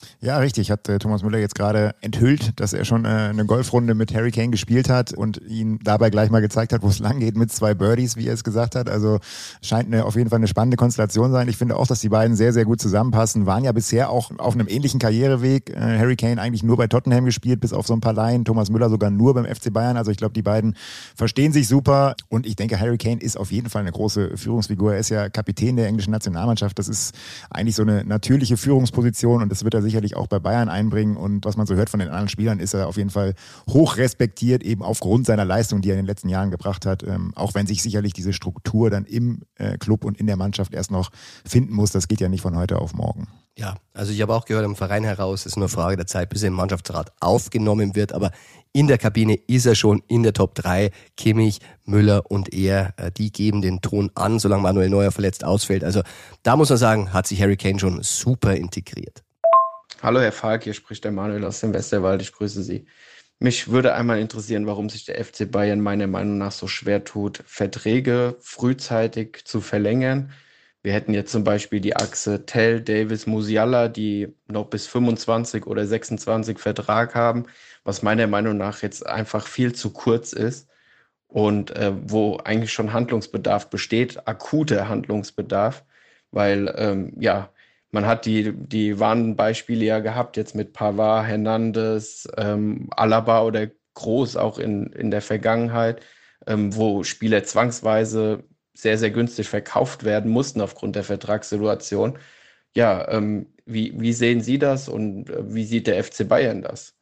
Ja, richtig. Hat äh, Thomas Müller jetzt gerade enthüllt, dass er schon äh, eine Golfrunde mit Harry Kane gespielt hat und ihn dabei gleich mal gezeigt hat, wo es lang geht mit zwei Birdies, wie er es gesagt hat. Also scheint eine, auf jeden Fall eine spannende Konstellation sein. Ich finde auch, dass die beiden sehr, sehr gut zusammenpassen. Waren ja bisher auch auf einem ähnlichen Karriereweg. Äh, Harry Kane eigentlich nur bei Tottenham gespielt, bis auf so ein paar Laien. Thomas Müller sogar nur beim F C Bayern. Also ich glaube, die beiden verstehen sich super. Und ich denke, Harry Kane ist auf jeden Fall eine große Führungsfigur. Er ist ja Kapitän der englischen Nationalmannschaft. Das ist eigentlich so eine natürliche Führungsposition und das wird er sicherlich auch bei Bayern einbringen. Und was man so hört von den anderen Spielern, ist er auf jeden Fall hoch respektiert, eben aufgrund seiner Leistung, die er in den letzten Jahren gebracht hat. Ähm, auch wenn sich sicherlich diese Struktur dann im äh, Club und in der Mannschaft erst noch finden muss. Das geht ja nicht von heute auf morgen. Ja, also ich habe auch gehört, im Verein heraus ist nur Frage der Zeit, bis er im Mannschaftsrat aufgenommen wird. Aber in der Kabine ist er schon in der Top drei. Kimmich, Müller und er, die geben den Ton an, solange Manuel Neuer verletzt ausfällt. Also da muss man sagen, hat sich Harry Kane schon super integriert. Hallo Herr Falk, hier spricht der Manuel aus dem Westerwald. Ich grüße Sie. Mich würde einmal interessieren, warum sich der F C Bayern meiner Meinung nach so schwer tut, Verträge frühzeitig zu verlängern. Wir hätten jetzt zum Beispiel die Achse Tell, Davis, Musiala, die noch bis fünfundzwanzig oder sechsundzwanzig Vertrag haben, was meiner Meinung nach jetzt einfach viel zu kurz ist und äh, wo eigentlich schon Handlungsbedarf besteht, akuter Handlungsbedarf, weil ähm, ja, man hat die, die Warnbeispiele ja gehabt, jetzt mit Pavard, Hernandez, ähm, Alaba oder Groß auch in, in der Vergangenheit, ähm, wo Spieler zwangsweise sehr, sehr günstig verkauft werden mussten aufgrund der Vertragssituation. Ja, ähm, wie, wie sehen Sie das und äh, wie sieht der F C Bayern das?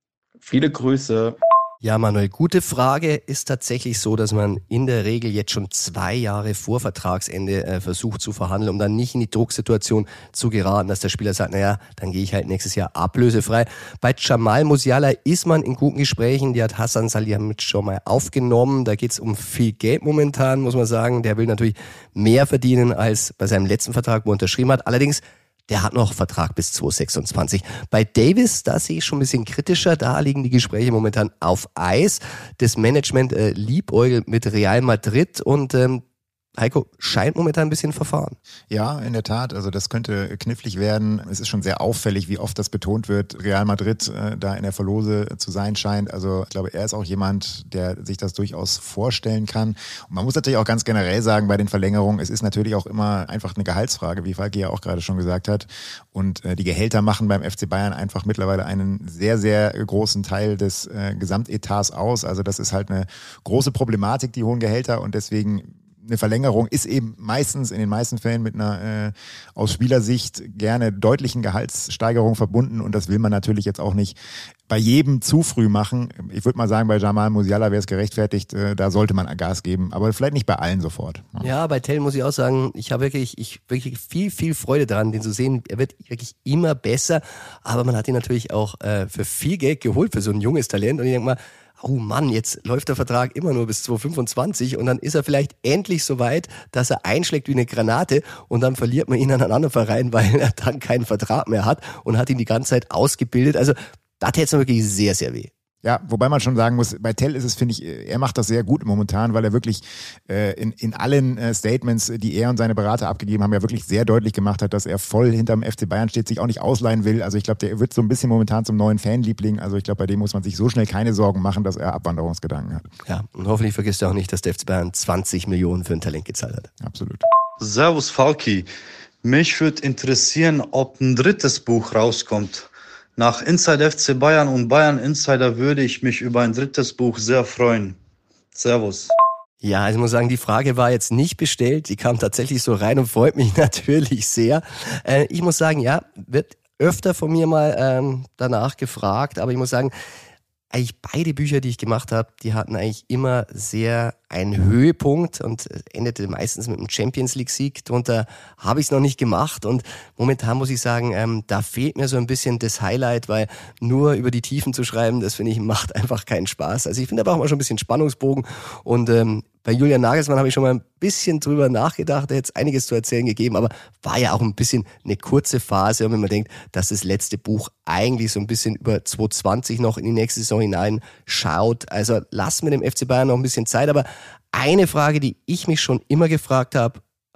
Viele Grüße. Ja, Manuel, gute Frage. Ist tatsächlich so, dass man in der Regel jetzt schon zwei Jahre vor Vertragsende äh, versucht zu verhandeln, um dann nicht in die Drucksituation zu geraten, dass der Spieler sagt, naja, dann gehe ich halt nächstes Jahr ablösefrei. Bei Jamal Musiala ist man in guten Gesprächen. Die hat Hassan Salihamidzic schon mal aufgenommen. Da geht's um viel Geld momentan, muss man sagen. Der will natürlich mehr verdienen als bei seinem letzten Vertrag, wo er unterschrieben hat. Allerdings der hat noch Vertrag bis zweitausendsechsundzwanzig. Bei Davis, da sehe ich schon ein bisschen kritischer. Da liegen die Gespräche momentan auf Eis. Das Management äh, liebäugelt mit Real Madrid und ähm, Heiko, scheint momentan ein bisschen verfahren. Ja, in der Tat. Also das könnte knifflig werden. Es ist schon sehr auffällig, wie oft das betont wird. Real Madrid äh, da in der Verlose zu sein scheint. Also ich glaube, er ist auch jemand, der sich das durchaus vorstellen kann. Und man muss natürlich auch ganz generell sagen, bei den Verlängerungen, es ist natürlich auch immer einfach eine Gehaltsfrage, wie Falki ja auch gerade schon gesagt hat. Und äh, die Gehälter machen beim F C Bayern einfach mittlerweile einen sehr, sehr großen Teil des äh, Gesamtetats aus. Also das ist halt eine große Problematik, die hohen Gehälter. Und deswegen eine Verlängerung ist eben meistens, in den meisten Fällen mit einer äh, aus Spielersicht gerne deutlichen Gehaltssteigerung verbunden und das will man natürlich jetzt auch nicht bei jedem zu früh machen. Ich würde mal sagen, bei Jamal Musiala wäre es gerechtfertigt, äh, da sollte man Gas geben, aber vielleicht nicht bei allen sofort. Ja, ja bei Tell muss ich auch sagen, ich habe wirklich, ich wirklich viel, viel Freude daran, den zu sehen. Er wird wirklich immer besser, aber man hat ihn natürlich auch äh, für viel Geld geholt für so ein junges Talent und ich denke mal, oh Mann, jetzt läuft der Vertrag immer nur bis zweitausendfünfundzwanzig und dann ist er vielleicht endlich so weit, dass er einschlägt wie eine Granate und dann verliert man ihn an einen anderen Verein, weil er dann keinen Vertrag mehr hat und hat ihn die ganze Zeit ausgebildet. Also da täte es mir wirklich sehr, sehr weh. Ja, wobei man schon sagen muss, bei Tell ist es, finde ich, er macht das sehr gut momentan, weil er wirklich äh, in, in allen äh, Statements, die er und seine Berater abgegeben haben, ja wirklich sehr deutlich gemacht hat, dass er voll hinterm F C Bayern steht, sich auch nicht ausleihen will. Also ich glaube, der wird so ein bisschen momentan zum neuen Fanliebling. Also ich glaube, bei dem muss man sich so schnell keine Sorgen machen, dass er Abwanderungsgedanken hat. Ja, und hoffentlich vergisst er auch nicht, dass der F C Bayern zwanzig Millionen für ein Talent gezahlt hat. Absolut. Servus Falki. Mich würde interessieren, ob ein drittes Buch rauskommt. Nach Inside F C Bayern und Bayern Insider würde ich mich über ein drittes Buch sehr freuen. Servus. Ja, also ich muss sagen, die Frage war jetzt nicht bestellt. Die kam tatsächlich so rein und freut mich natürlich sehr. Äh, ich muss sagen, ja, wird öfter von mir mal ähm, danach gefragt. Aber ich muss sagen, eigentlich beide Bücher, die ich gemacht habe, die hatten eigentlich immer sehr einen Höhepunkt und endete meistens mit einem Champions-League-Sieg. Darunter habe ich es noch nicht gemacht und momentan muss ich sagen, ähm, da fehlt mir so ein bisschen das Highlight, weil nur über die Tiefen zu schreiben, das finde ich, macht einfach keinen Spaß. Also ich finde, da braucht man schon ein bisschen Spannungsbogen und ähm, bei Julian Nagelsmann habe ich schon mal ein bisschen drüber nachgedacht, da hätte es einiges zu erzählen gegeben, aber war ja auch ein bisschen eine kurze Phase und wenn man denkt, dass das letzte Buch eigentlich so ein bisschen über zwanzig zwanzig noch in die nächste Saison hinein schaut. Also lassen wir dem F C Bayern noch ein bisschen Zeit, aber eine Frage, die ich mich schon immer gefragt habe,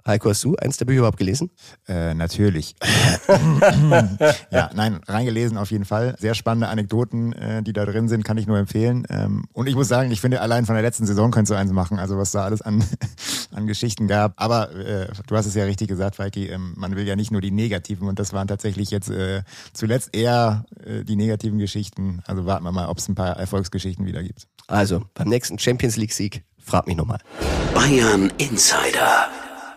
Heiko, hast du eins der Bücher überhaupt gelesen? Äh, natürlich. Ja, nein, reingelesen auf jeden Fall. Sehr spannende Anekdoten, äh, die da drin sind, kann ich nur empfehlen. Ähm, und ich muss sagen, ich finde, allein von der letzten Saison könntest du eins machen, also was da alles an, an Geschichten gab. Aber äh, du hast es ja richtig gesagt, Falki, ähm, man will ja nicht nur die negativen und das waren tatsächlich jetzt äh, zuletzt eher äh, die negativen Geschichten. Also warten wir mal, ob es ein paar Erfolgsgeschichten wieder gibt. Also, beim nächsten Champions League-Sieg, frag mich nochmal. Bayern Insider.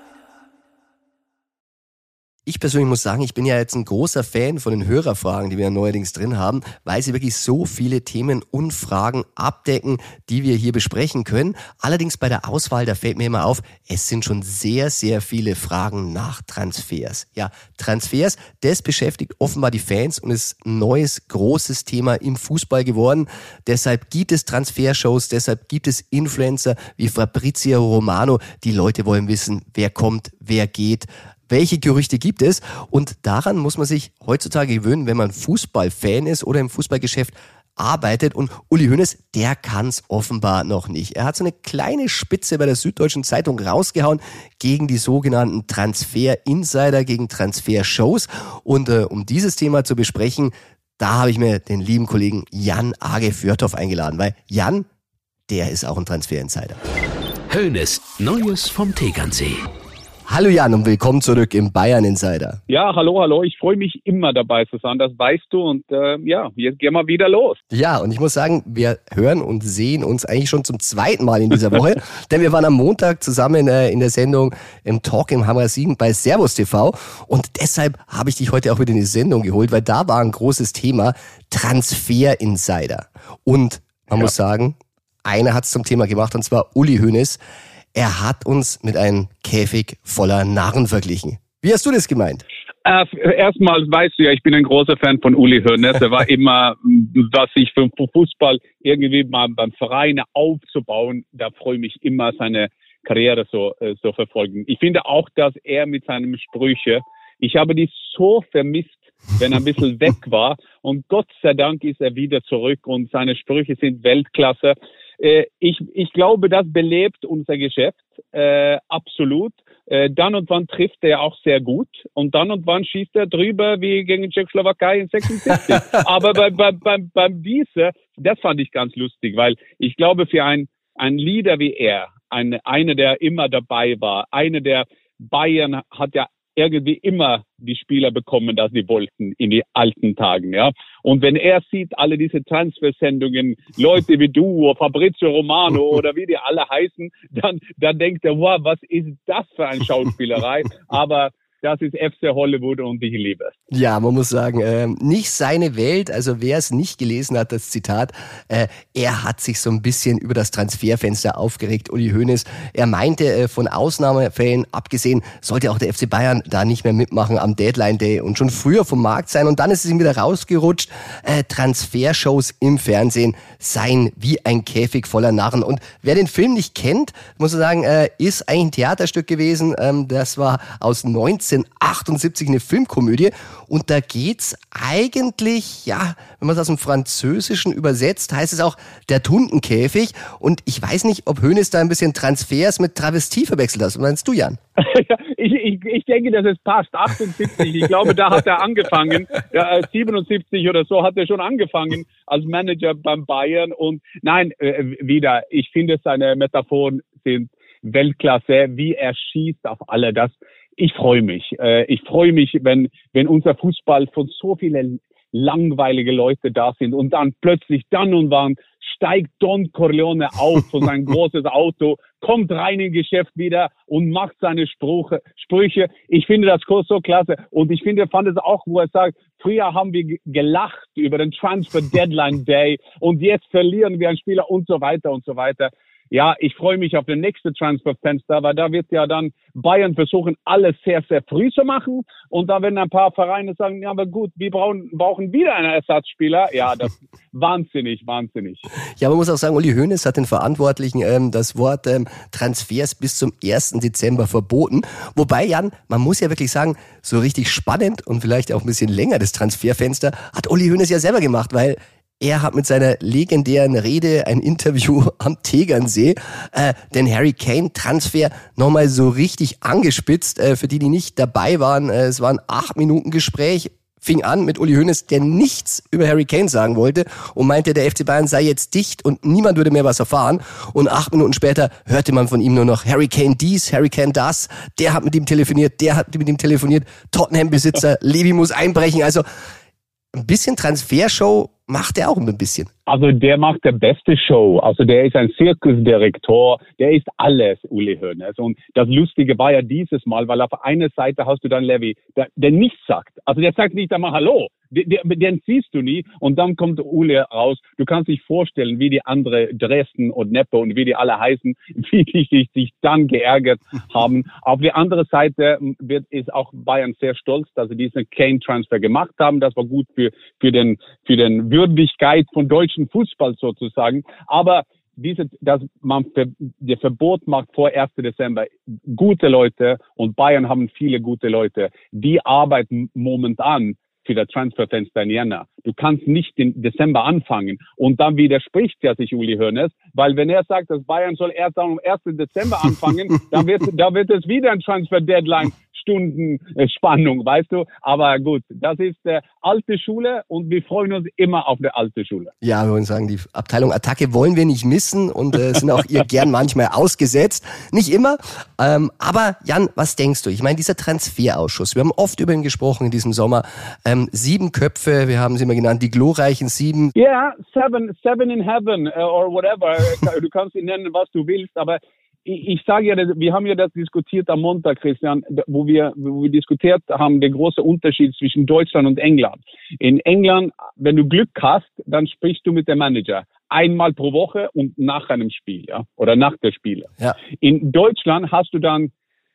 Ich persönlich muss sagen, ich bin ja jetzt ein großer Fan von den Hörerfragen, die wir neuerdings drin haben, weil sie wirklich so viele Themen und Fragen abdecken, die wir hier besprechen können. Allerdings bei der Auswahl, da fällt mir immer auf, es sind schon sehr, sehr viele Fragen nach Transfers. Ja, Transfers, das beschäftigt offenbar die Fans und ist ein neues, großes Thema im Fußball geworden. Deshalb gibt es Transfershows, deshalb gibt es Influencer wie Fabrizio Romano. Die Leute wollen wissen, wer kommt, wer geht. Welche Gerüchte gibt es? Und daran muss man sich heutzutage gewöhnen, wenn man Fußballfan ist oder im Fußballgeschäft arbeitet. Und Uli Hoeneß, der kann es offenbar noch nicht. Er hat so eine kleine Spitze bei der Süddeutschen Zeitung rausgehauen gegen die sogenannten Transfer-Insider, gegen Transfer-Shows. Und äh, um dieses Thema zu besprechen, da habe ich mir den lieben Kollegen Jan Age Fjørtoft eingeladen. Weil Jan, der ist auch ein Transfer-Insider. Hoeneß, Neues vom Tegernsee. Hallo Jan und willkommen zurück im Bayern Insider. Ja, hallo, hallo. Ich freue mich immer dabei zu sein, das weißt du. Und äh, ja, jetzt gehen wir wieder los. Ja, und ich muss sagen, wir hören und sehen uns eigentlich schon zum zweiten Mal in dieser Woche. Denn wir waren am Montag zusammen äh, in der Sendung im Talk im Hammer sieben bei Servus T V. Und deshalb habe ich dich heute auch wieder in die Sendung geholt, weil da war ein großes Thema Transfer-Insider. Und man ja. muss sagen, einer hat es zum Thema gemacht, und zwar Uli Hoeneß. Er hat uns mit einem Käfig voller Narren verglichen. Wie hast du das gemeint? Äh, erstmal weißt du ja, ich bin ein großer Fan von Uli Hoeneß. Er war immer, was ich für Fußball irgendwie mal beim Verein aufzubauen, da freue ich mich immer, seine Karriere so, äh, so verfolgen. Ich finde auch, dass er mit seinen Sprüchen, ich habe die so vermisst, wenn er ein bisschen weg war. Und Gott sei Dank ist er wieder zurück und seine Sprüche sind Weltklasse. Ich, ich glaube, das belebt unser Geschäft, äh, absolut. Äh, dann und wann trifft er auch sehr gut und dann und wann schießt er drüber wie gegen Tschechoslowakei in sechsundsiebzig. Aber bei, bei, bei, beim Wiese, das fand ich ganz lustig, weil ich glaube, für ein, ein Leader wie er, ein, einer, der immer dabei war, einer, der Bayern hat ja irgendwie immer die Spieler bekommen, das sie wollten in die alten Tagen, ja. Und wenn er sieht, alle diese Transfersendungen, Leute wie du, Fabrizio Romano oder wie die alle heißen, dann, dann denkt er, wow, was ist das für eine Schauspielerei? Aber das ist F C Hollywood und ich liebe es. Ja, man muss sagen, äh, nicht seine Welt, also wer es nicht gelesen hat, das Zitat, äh, er hat sich so ein bisschen über das Transferfenster aufgeregt, Uli Hoeneß. Er meinte, äh, von Ausnahmefällen abgesehen, sollte auch der F C Bayern da nicht mehr mitmachen am Deadline Day und schon früher vom Markt sein. Und dann ist es ihm wieder rausgerutscht, äh, Transfershows im Fernsehen seien wie ein Käfig voller Narren. Und wer den Film nicht kennt, muss ich sagen, äh, ist eigentlich ein Theaterstück gewesen. Ähm, das war aus neunzehnhundertachtundsiebzig eine Filmkomödie und da geht's eigentlich, ja, wenn man es aus dem Französischen übersetzt, heißt es auch der Tundenkäfig und ich weiß nicht, ob Hoeneß da ein bisschen Transfers mit Travestie verwechselt hat. Was meinst du, Jan? ich, ich, ich denke, dass es passt. achtundsiebzig, ich glaube, da hat er angefangen. Ja, siebenundsiebzig oder so hat er schon angefangen als Manager beim Bayern und nein, äh, wieder, ich finde seine Metaphoren sind Weltklasse, wie er schießt auf alle das. Ich freue mich. Ich freue mich, wenn, wenn unser Fußball von so vielen langweilige Leute da sind und dann plötzlich dann und wann steigt Don Corleone auf von seinem großes Auto, kommt rein ins Geschäft wieder und macht seine Sprüche. Sprüche. Ich finde das so klasse und ich finde, fand es auch, wo er sagt, früher haben wir gelacht über den Transfer Deadline Day und jetzt verlieren wir einen Spieler und so weiter und so weiter. Ja, ich freue mich auf das nächste Transferfenster, weil da wird ja dann Bayern versuchen, alles sehr, sehr früh zu machen. Und da werden ein paar Vereine sagen, ja, aber gut, wir brauchen, brauchen wieder einen Ersatzspieler. Ja, das ist wahnsinnig, wahnsinnig. Ja, man muss auch sagen, Uli Hoeneß hat den Verantwortlichen ähm, das Wort ähm, Transfers bis zum ersten Dezember verboten. Wobei, Jan, man muss ja wirklich sagen, so richtig spannend und vielleicht auch ein bisschen länger das Transferfenster hat Uli Hoeneß ja selber gemacht, weil Er hat mit seiner legendären Rede ein Interview am Tegernsee äh, den Harry Kane-Transfer nochmal so richtig angespitzt. Äh, für die, die nicht dabei waren, äh, es war ein acht Minuten Gespräch. Fing an mit Uli Hoeneß, der nichts über Harry Kane sagen wollte und meinte, der F C Bayern sei jetzt dicht und niemand würde mehr was erfahren. Und acht Minuten später hörte man von ihm nur noch Harry Kane dies, Harry Kane das. Der hat mit ihm telefoniert, der hat mit ihm telefoniert. Tottenham-Besitzer, Levy muss einbrechen. Also ein bisschen Transfershow macht er auch ein bisschen. Also der macht der beste Show. Also der ist ein Zirkusdirektor. Der ist alles, Uli Hoeneß. Und das Lustige war ja dieses Mal, weil auf einer Seite hast du dann Levy, der, der nichts sagt. Also der sagt nicht einmal Hallo. Den, den siehst du nie. Und dann kommt Uli raus. Du kannst dich vorstellen, wie die andere Dresden und Neppe und wie die alle heißen, wie die sich, sich dann geärgert haben. Auf der anderen Seite wird, ist auch Bayern sehr stolz, dass sie diesen Kane-Transfer gemacht haben. Das war gut für, für den, für den Würdigkeit von deutschen Fußball sozusagen. Aber diese, dass man für, der Verbot macht vor ersten Dezember gute Leute und Bayern haben viele gute Leute. Die arbeiten momentan für das Transferfenster in Jänner. Du kannst nicht im Dezember anfangen. Und dann widerspricht ja sich Uli Hoeneß, weil wenn er sagt, dass Bayern soll erst am ersten Dezember anfangen, dann wird, da wird es wieder ein Transfer-Deadline. Stunden äh, Spannung, weißt du. Aber gut, das ist äh, alte Schule und wir freuen uns immer auf der alte Schule. Ja, wir wollen sagen, die Abteilung Attacke wollen wir nicht missen und äh, sind auch ihr gern manchmal ausgesetzt. Nicht immer, ähm, aber Jan, was denkst du? Ich meine, dieser Transferausschuss, wir haben oft über ihn gesprochen in diesem Sommer. Ähm, sieben Köpfe, wir haben sie immer genannt, die glorreichen sieben. Ja, yeah, seven, seven in heaven uh, or whatever. Du kannst ihn nennen, was du willst, aber ich sage ja, wir haben ja das diskutiert am Montag, Christian, wo wir, wo wir diskutiert haben, der große Unterschied zwischen Deutschland und England. In England, wenn du Glück hast, dann sprichst du mit dem Manager. Einmal pro Woche und nach einem Spiel, ja, oder nach der Spiele. Ja. In Deutschland hast du dann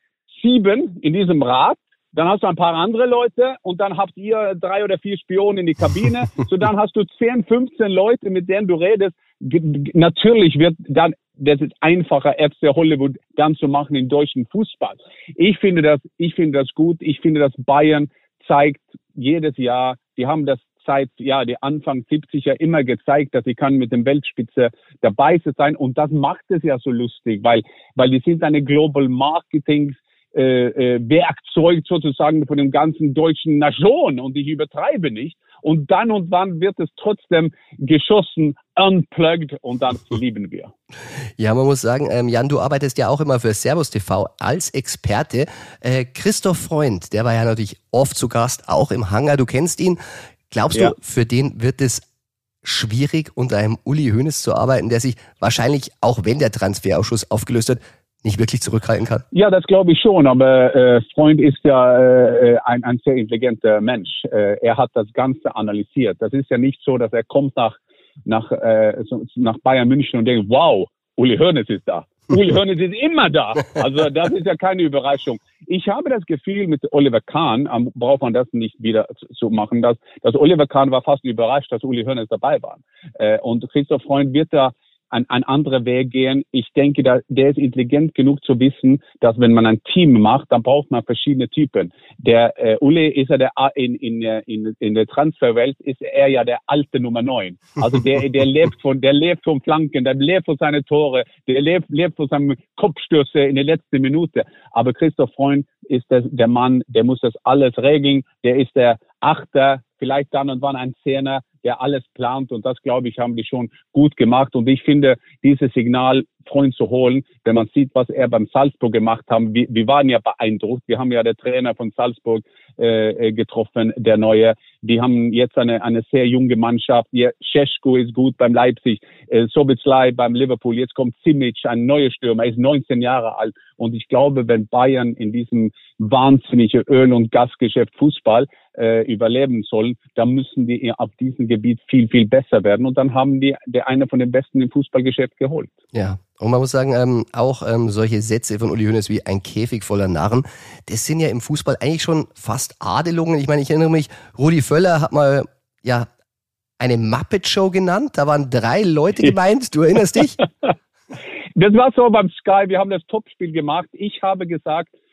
sieben in diesem Rat. Dann hast du ein paar andere Leute und dann habt ihr drei oder vier Spionen in die Kabine. So dann hast du zehn, fünfzehn Leute, mit denen du redest. G- natürlich wird dann, das ist einfacher, F C Hollywood dann zu machen in deutschen Fußball. Ich finde das, ich finde das gut. Ich finde, dass Bayern zeigt jedes Jahr, die haben das seit, ja, die Anfang siebziger immer gezeigt, dass sie kann mit dem Weltspitze dabei sein. Und das macht es ja so lustig, weil, weil die sind eine Global Marketing Äh, äh, Werkzeug sozusagen von dem ganzen deutschen Nation und ich übertreibe nicht. Und dann und wann wird es trotzdem geschossen, unplugged und das lieben wir. Ja, man muss sagen, ähm, Jan, du arbeitest ja auch immer für Servus T V als Experte. Äh, Christoph Freund, der war ja natürlich oft zu Gast, auch im Hangar, du kennst ihn. Glaubst ja. du, für den wird es schwierig, unter einem Uli Hoeneß zu arbeiten, der sich wahrscheinlich, auch wenn der Transferausschuss aufgelöst wird, nicht wirklich zurückhalten kann? Ja, das glaube ich schon, aber äh, Freund ist ja äh, ein, ein sehr intelligenter Mensch. Äh, er hat das Ganze analysiert. Das ist ja nicht so, dass er kommt nach nach äh, so, nach Bayern München und denkt, wow, Uli Hoeneß ist da. Uli Hoeneß ist immer da. Also das ist ja keine Überraschung. Ich habe das Gefühl, mit Oliver Kahn ähm, braucht man das nicht wieder zu machen. Dass, dass Oliver Kahn war fast überrascht, dass Uli Hoeneß dabei war. Äh, und Christoph Freund wird da Ein, ein anderer Weg gehen. Ich denke, da, der ist intelligent genug zu wissen, dass wenn man ein Team macht, dann braucht man verschiedene Typen. Der äh, Uli ist ja der in in in in der Transferwelt ist er ja der alte Nummer neun. Also der der lebt von der lebt vom Flanken, der lebt von seine Tore, der lebt lebt von seinem Kopfstöße in der letzten Minute. Aber Christoph Freund ist das, der Mann, der muss das alles regeln. Der ist der Achter, vielleicht dann und wann ein Zehner, der alles plant. Und das, glaube ich, haben die schon gut gemacht. Und ich finde, dieses Signal, Freund zu holen, wenn man sieht, was er beim Salzburg gemacht hat, wir, wir waren ja beeindruckt. Wir haben ja den Trainer von Salzburg äh, getroffen, der Neue. Die haben jetzt eine eine sehr junge Mannschaft. Ja, Šeško ist gut beim Leipzig, äh, Szoboszlai beim Liverpool. Jetzt kommt Simic, ein neuer Stürmer, er ist neunzehn Jahre alt. Und ich glaube, wenn Bayern in diesem wahnsinnigen Öl- und Gasgeschäft Fußball äh, überleben sollen, dann müssen die auf diesem Gebiet viel, viel besser werden. Und dann haben die der eine von den Besten im Fußballgeschäft geholt. Ja, und man muss sagen, ähm, auch ähm, solche Sätze von Uli Hoeneß wie ein Käfig voller Narren, das sind ja im Fußball eigentlich schon fast Adelungen. Ich meine, ich erinnere mich, Rudi Völler hat mal ja eine Muppet-Show genannt. Da waren drei Leute gemeint. Du erinnerst dich? Das war so beim Sky. Wir haben das Topspiel gemacht. Ich habe gesagt,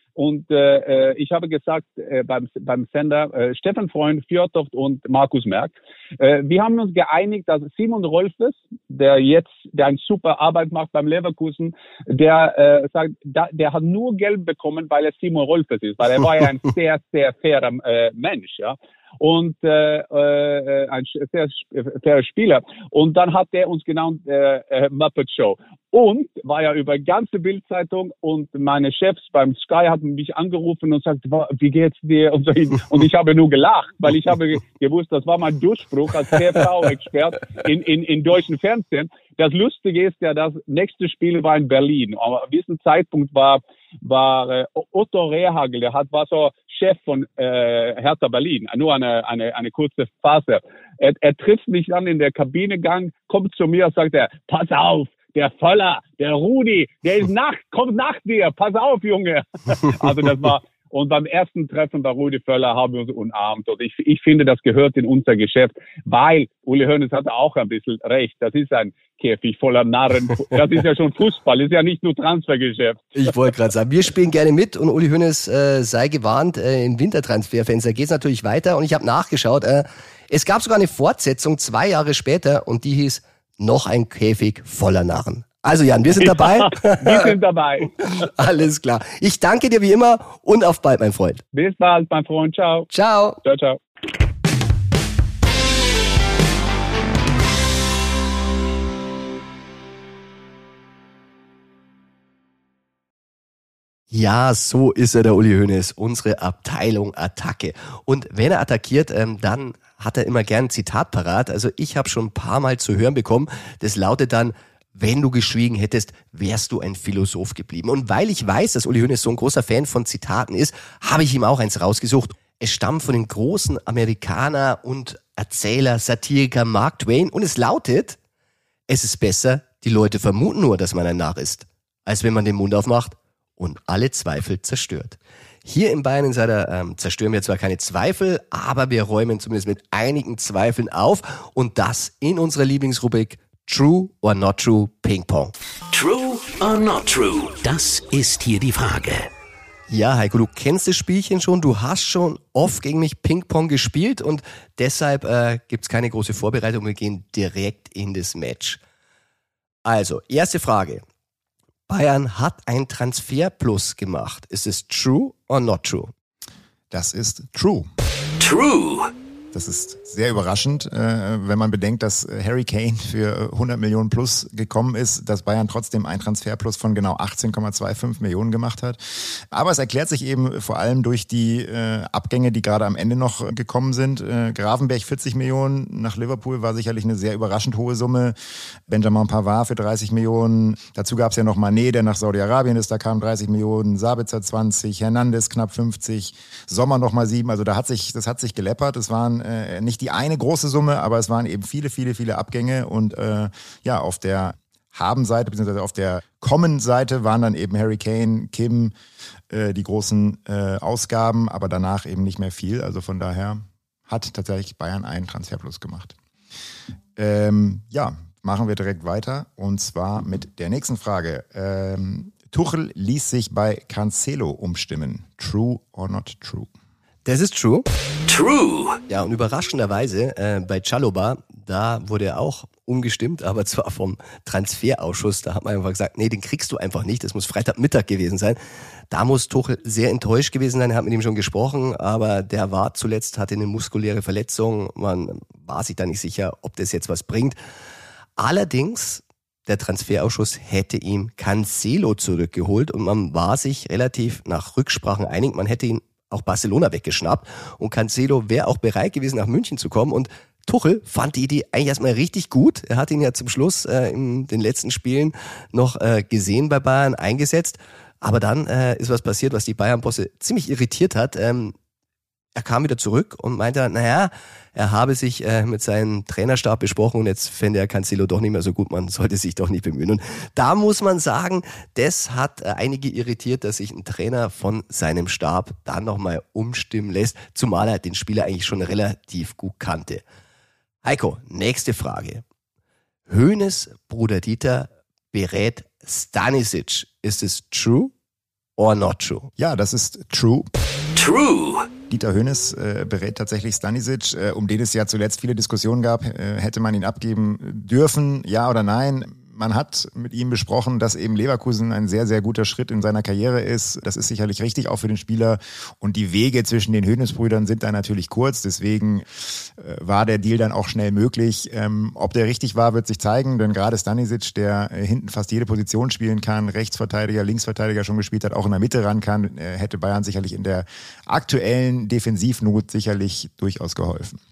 Und äh, ich habe gesagt äh, beim, beim Sender, äh, Stefan Freund, Fjordhoft und Markus Merck, äh, wir haben uns geeinigt, dass Simon Rolfes, der jetzt, der eine super Arbeit macht beim Leverkusen, der äh, sagt, da, der hat nur Geld bekommen, weil er Simon Rolfes ist, weil er war ja ein sehr, sehr fairer äh, Mensch, ja. Und äh, äh, ein sehr fairer Spieler. Und dann hat der uns genannt äh, äh, Muppet Show. Und war ja über ganze Bildzeitung und meine Chefs beim Sky hatten mich angerufen und sagt, wie geht's dir? Und, so. Und ich habe nur gelacht, weil ich habe gewusst, das war mein Durchbruch als T V-Expert in, in, in deutschen Fernsehen. Das Lustige ist ja, das nächste Spiel war in Berlin. Aber an diesem Zeitpunkt war, war äh, Otto Rehhagel, der hat, war so Chef von äh, Hertha Berlin, nur eine, eine, eine kurze Phase. Er, er trifft mich dann in der Kabinegang, kommt zu mir und sagt er, pass auf, der Völler, der Rudi, der ist nach, kommt nach dir, pass auf, Junge. Also das war, und beim ersten Treffen bei Rudi Völler haben wir uns umarmt. Und ich, ich finde, das gehört in unser Geschäft, weil Uli Hoeneß hatte auch ein bisschen recht. Das ist ein Käfig voller Narren. Das ist ja schon Fußball, das ist ja nicht nur Transfergeschäft. Ich wollte gerade sagen, wir spielen gerne mit und Uli Hoeneß äh, sei gewarnt, äh, in Wintertransferfenster geht es natürlich weiter. Und ich habe nachgeschaut, äh, es gab sogar eine Fortsetzung zwei Jahre später und die hieß Noch ein Käfig voller Narren. Also Jan, wir sind dabei. Wir sind dabei. Alles klar. Ich danke dir wie immer und auf bald, mein Freund. Bis bald, mein Freund. Ciao. Ciao. Ciao, ciao. Ja, so ist er, der Uli Hoeneß, unsere Abteilung Attacke. Und wenn er attackiert, ähm, dann hat er immer gern ein Zitat parat. Also ich habe schon ein paar Mal zu hören bekommen, das lautet dann, wenn du geschwiegen hättest, wärst du ein Philosoph geblieben. Und weil ich weiß, dass Uli Hoeneß so ein großer Fan von Zitaten ist, habe ich ihm auch eins rausgesucht. Es stammt von dem großen Amerikaner und Erzähler, Satiriker Mark Twain und es lautet, es ist besser, die Leute vermuten nur, dass man ein Narr ist, als wenn man den Mund aufmacht und alle Zweifel zerstört. Hier im Bayern Insider ähm, zerstören wir zwar keine Zweifel, aber wir räumen zumindest mit einigen Zweifeln auf und das in unserer Lieblingsrubrik True or Not True Ping Pong. True or Not True? Das ist hier die Frage. Ja, Heiko, du kennst das Spielchen schon, du hast schon oft gegen mich Ping-Pong gespielt und deshalb äh, gibt's keine große Vorbereitung, wir gehen direkt in das Match. Also, erste Frage. Bayern hat ein Transferplus gemacht. Ist es true or not true? Das ist true. True. Das ist sehr überraschend, äh, wenn man bedenkt, dass Harry Kane für hundert Millionen plus gekommen ist, dass Bayern trotzdem ein Transferplus von genau achtzehn Komma fünfundzwanzig Millionen gemacht hat. Aber es erklärt sich eben vor allem durch die äh, Abgänge, die gerade am Ende noch gekommen sind. Äh, Gravenberch vierzig Millionen nach Liverpool war sicherlich eine sehr überraschend hohe Summe. Benjamin Pavard für dreißig Millionen. Dazu gab es ja noch Mané, der nach Saudi-Arabien ist, da kamen dreißig Millionen. Sabitzer zwanzig, Hernandez knapp fünfzig, Sommer nochmal sieben. Also da hat sich, das hat sich geleppert. Es waren äh, nicht die eine große Summe, aber es waren eben viele, viele, viele Abgänge und äh, ja, auf der Haben-Seite beziehungsweise auf der Kommen-Seite waren dann eben Harry Kane, Kim, äh, die großen äh, Ausgaben, aber danach eben nicht mehr viel. Also von daher hat tatsächlich Bayern einen Transferplus gemacht. Ähm, ja, machen wir direkt weiter und zwar mit der nächsten Frage. Ähm, Tuchel ließ sich bei Cancelo umstimmen. True or not true? Das ist true. True. Ja, und überraschenderweise äh, bei Chalobah, da wurde er auch umgestimmt, aber zwar vom Transferausschuss. Da hat man einfach gesagt, nee, den kriegst du einfach nicht. Das muss Freitagmittag gewesen sein. Da muss Tuchel sehr enttäuscht gewesen sein. Er hat mit ihm schon gesprochen, aber der war zuletzt, hatte eine muskuläre Verletzung. Man war sich da nicht sicher, ob das jetzt was bringt. Allerdings, der Transferausschuss hätte ihm Cancelo zurückgeholt und man war sich relativ nach Rücksprachen einig. Man hätte ihn auch Barcelona weggeschnappt und Cancelo wäre auch bereit gewesen, nach München zu kommen und Tuchel fand die Idee eigentlich erstmal richtig gut. Er hat ihn ja zum Schluss äh, in den letzten Spielen noch äh, gesehen bei Bayern, eingesetzt. Aber dann äh, ist was passiert, was die Bayern-Bosse ziemlich irritiert hat. Ähm, er kam wieder zurück und meinte, naja, er habe sich äh, mit seinem Trainerstab besprochen und jetzt fände er Cancelo doch nicht mehr so gut, man sollte sich doch nicht bemühen. Und da muss man sagen, das hat äh, einige irritiert, dass sich ein Trainer von seinem Stab dann nochmal umstimmen lässt, zumal er den Spieler eigentlich schon relativ gut kannte. Heiko, nächste Frage. Hoeneß Bruder Dieter berät Stanisic. Ist es true or not true? Ja, das ist true. True. Dieter Hoeneß äh, berät tatsächlich Stanisic, äh, um den es ja zuletzt viele Diskussionen gab. Äh, hätte man ihn abgeben dürfen, ja oder nein? Man hat mit ihm besprochen, dass eben Leverkusen ein sehr, sehr guter Schritt in seiner Karriere ist. Das ist sicherlich richtig, auch für den Spieler. Und die Wege zwischen den Hoeneß-Brüdern sind da natürlich kurz. Deswegen äh, war der Deal dann auch schnell möglich. Ähm, ob der richtig war, wird sich zeigen. Denn gerade Stanisic, der äh, hinten fast jede Position spielen kann, Rechtsverteidiger, Linksverteidiger schon gespielt hat, auch in der Mitte ran kann, äh, hätte Bayern sicherlich in der aktuellen Defensivnot sicherlich durchaus geholfen.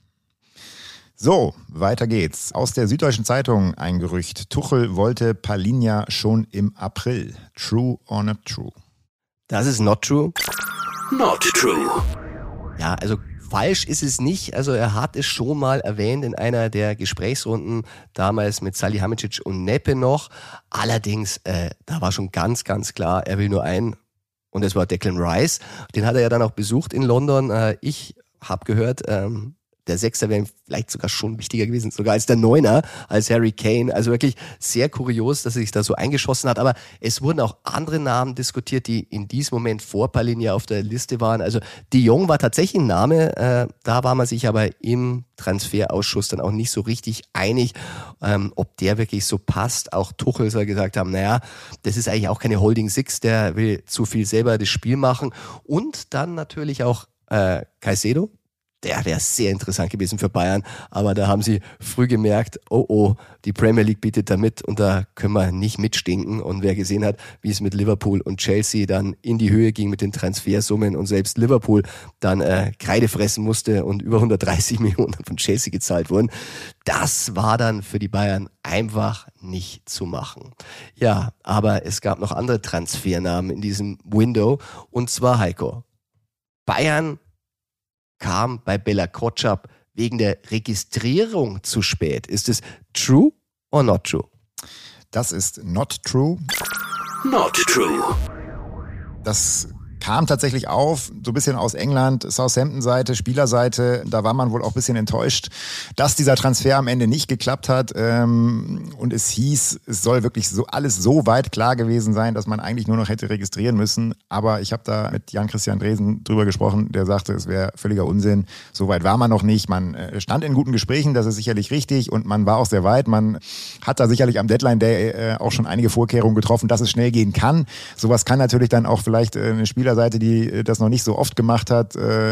So, weiter geht's. Aus der Süddeutschen Zeitung ein Gerücht. Tuchel wollte Palhinha schon im April. True or not true? Das ist not true. Not true. Ja, also falsch ist es nicht. Also er hat es schon mal erwähnt in einer der Gesprächsrunden, damals mit Salihamidzic und Neppe noch. Allerdings, äh, da war schon ganz, ganz klar, er will nur einen. Und das war Declan Rice. Den hat er ja dann auch besucht in London. Äh, ich habe gehört, ähm, der Sechser wäre vielleicht sogar schon wichtiger gewesen, sogar als der Neuner, als Harry Kane. Also wirklich sehr kurios, dass er sich da so eingeschossen hat. Aber es wurden auch andere Namen diskutiert, die in diesem Moment vor Palhinha auf der Liste waren. Also De Jong war tatsächlich ein Name. Äh, da war man sich aber im Transferausschuss dann auch nicht so richtig einig, ähm, ob der wirklich so passt. Auch Tuchel soll gesagt haben, naja, das ist eigentlich auch keine Holding Six, der will zu viel selber das Spiel machen. Und dann natürlich auch äh, Caicedo. Der wäre sehr interessant gewesen für Bayern, aber da haben sie früh gemerkt, oh oh, die Premier League bietet da mit und da können wir nicht mitstinken. Und wer gesehen hat, wie es mit Liverpool und Chelsea dann in die Höhe ging mit den Transfersummen und selbst Liverpool dann äh, Kreide fressen musste und über hundertdreißig Millionen von Chelsea gezahlt wurden, das war dann für die Bayern einfach nicht zu machen. Ja, aber es gab noch andere Transfernamen in diesem Window und zwar Heiko. Bayern kam bei Bella Kotschap wegen der Registrierung zu spät. Ist es true or not true? Das ist not true. Not true. Das kam tatsächlich auf, so ein bisschen aus England, Southampton-Seite, Spielerseite, da war man wohl auch ein bisschen enttäuscht, dass dieser Transfer am Ende nicht geklappt hat ähm, und es hieß, es soll wirklich so alles so weit klar gewesen sein, dass man eigentlich nur noch hätte registrieren müssen, aber ich habe da mit Jan-Christian Dresen drüber gesprochen, der sagte, es wäre völliger Unsinn, so weit war man noch nicht, man stand in guten Gesprächen, das ist sicherlich richtig und man war auch sehr weit, man hat da sicherlich am Deadline Day äh, auch schon einige Vorkehrungen getroffen, dass es schnell gehen kann, sowas kann natürlich dann auch vielleicht äh, eine Spieler Seite, die das noch nicht so oft gemacht hat,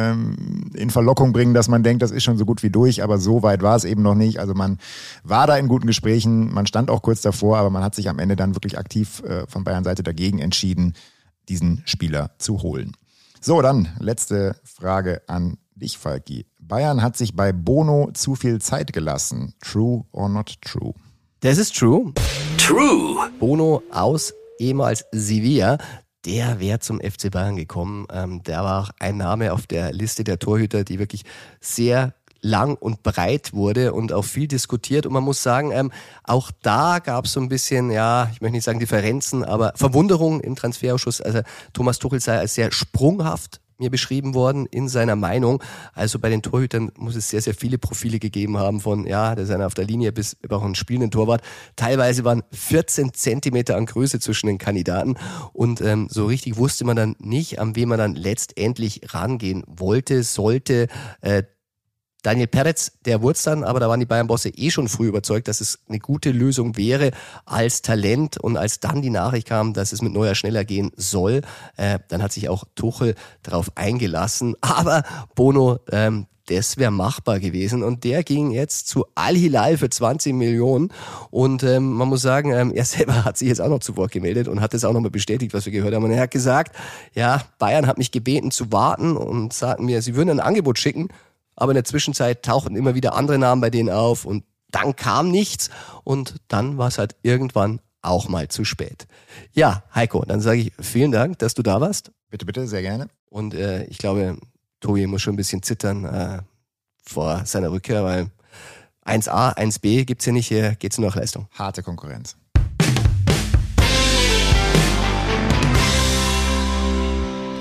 in Verlockung bringen, dass man denkt, das ist schon so gut wie durch, aber so weit war es eben noch nicht. Also man war da in guten Gesprächen, man stand auch kurz davor, aber man hat sich am Ende dann wirklich aktiv von Bayern Seite dagegen entschieden, diesen Spieler zu holen. So, dann letzte Frage an dich, Falki. Bayern hat sich bei Bono zu viel Zeit gelassen. True or not true? Das ist true. True. Bono aus ehemals Sevilla. Der wäre zum F C Bayern gekommen. Ähm, der war auch ein Name auf der Liste der Torhüter, die wirklich sehr lang und breit wurde und auch viel diskutiert. Und man muss sagen, ähm, auch da gab es so ein bisschen, ja, ich möchte nicht sagen Differenzen, aber Verwunderung im Transferausschuss. Also Thomas Tuchel sei als sehr sprunghaft mir beschrieben worden in seiner Meinung. Also bei den Torhütern muss es sehr, sehr viele Profile gegeben haben von, ja, der ist einer auf der Linie bis auch einen spielenden Torwart. Teilweise waren vierzehn Zentimeter an Größe zwischen den Kandidaten und ähm, so richtig wusste man dann nicht, an wen man dann letztendlich rangehen wollte, sollte. Äh, Daniel Peretz, der wurde es dann, aber da waren die Bayern-Bosse eh schon früh überzeugt, dass es eine gute Lösung wäre als Talent. Und als dann die Nachricht kam, dass es mit Neuer schneller gehen soll, äh, dann hat sich auch Tuchel darauf eingelassen. Aber Bono, ähm, das wäre machbar gewesen. Und der ging jetzt zu Al-Hilal für zwanzig Millionen. Und ähm, man muss sagen, ähm, er selber hat sich jetzt auch noch zu Wort gemeldet und hat das auch nochmal bestätigt, was wir gehört haben. Und er hat gesagt, ja, Bayern hat mich gebeten zu warten und sagten mir, sie würden ein Angebot schicken. Aber in der Zwischenzeit tauchten immer wieder andere Namen bei denen auf und dann kam nichts und dann war es halt irgendwann auch mal zu spät. Ja, Heiko, dann sage ich vielen Dank, dass du da warst. Bitte, bitte, sehr gerne. Und äh, ich glaube, Tobi muss schon ein bisschen zittern äh, vor seiner Rückkehr, weil eins a, eins b gibt's hier nicht, hier geht's nur nach Leistung. Harte Konkurrenz.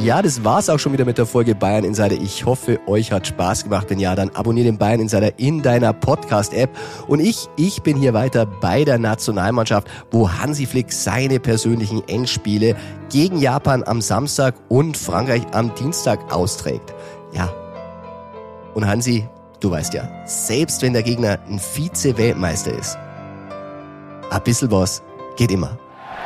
Ja, das war's auch schon wieder mit der Folge Bayern Insider. Ich hoffe, euch hat Spaß gemacht. Wenn ja, dann abonniert den Bayern Insider in deiner Podcast-App. Und ich, ich bin hier weiter bei der Nationalmannschaft, wo Hansi Flick seine persönlichen Endspiele gegen Japan am Samstag und Frankreich am Dienstag austrägt. Ja. Und Hansi, du weißt ja, selbst wenn der Gegner ein Vize-Weltmeister ist, ein bisschen was geht immer.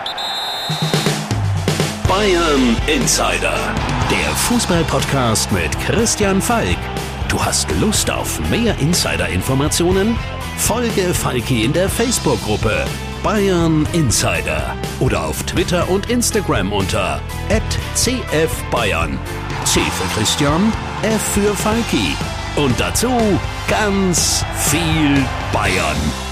Bayern Insider, der Fußball-Podcast mit Christian Falk. Du hast Lust auf mehr Insider-Informationen? Folge Falki in der Facebook-Gruppe Bayern Insider oder auf Twitter und Instagram unter at c f bayern. C für Christian, F für Falki. Und dazu ganz viel Bayern.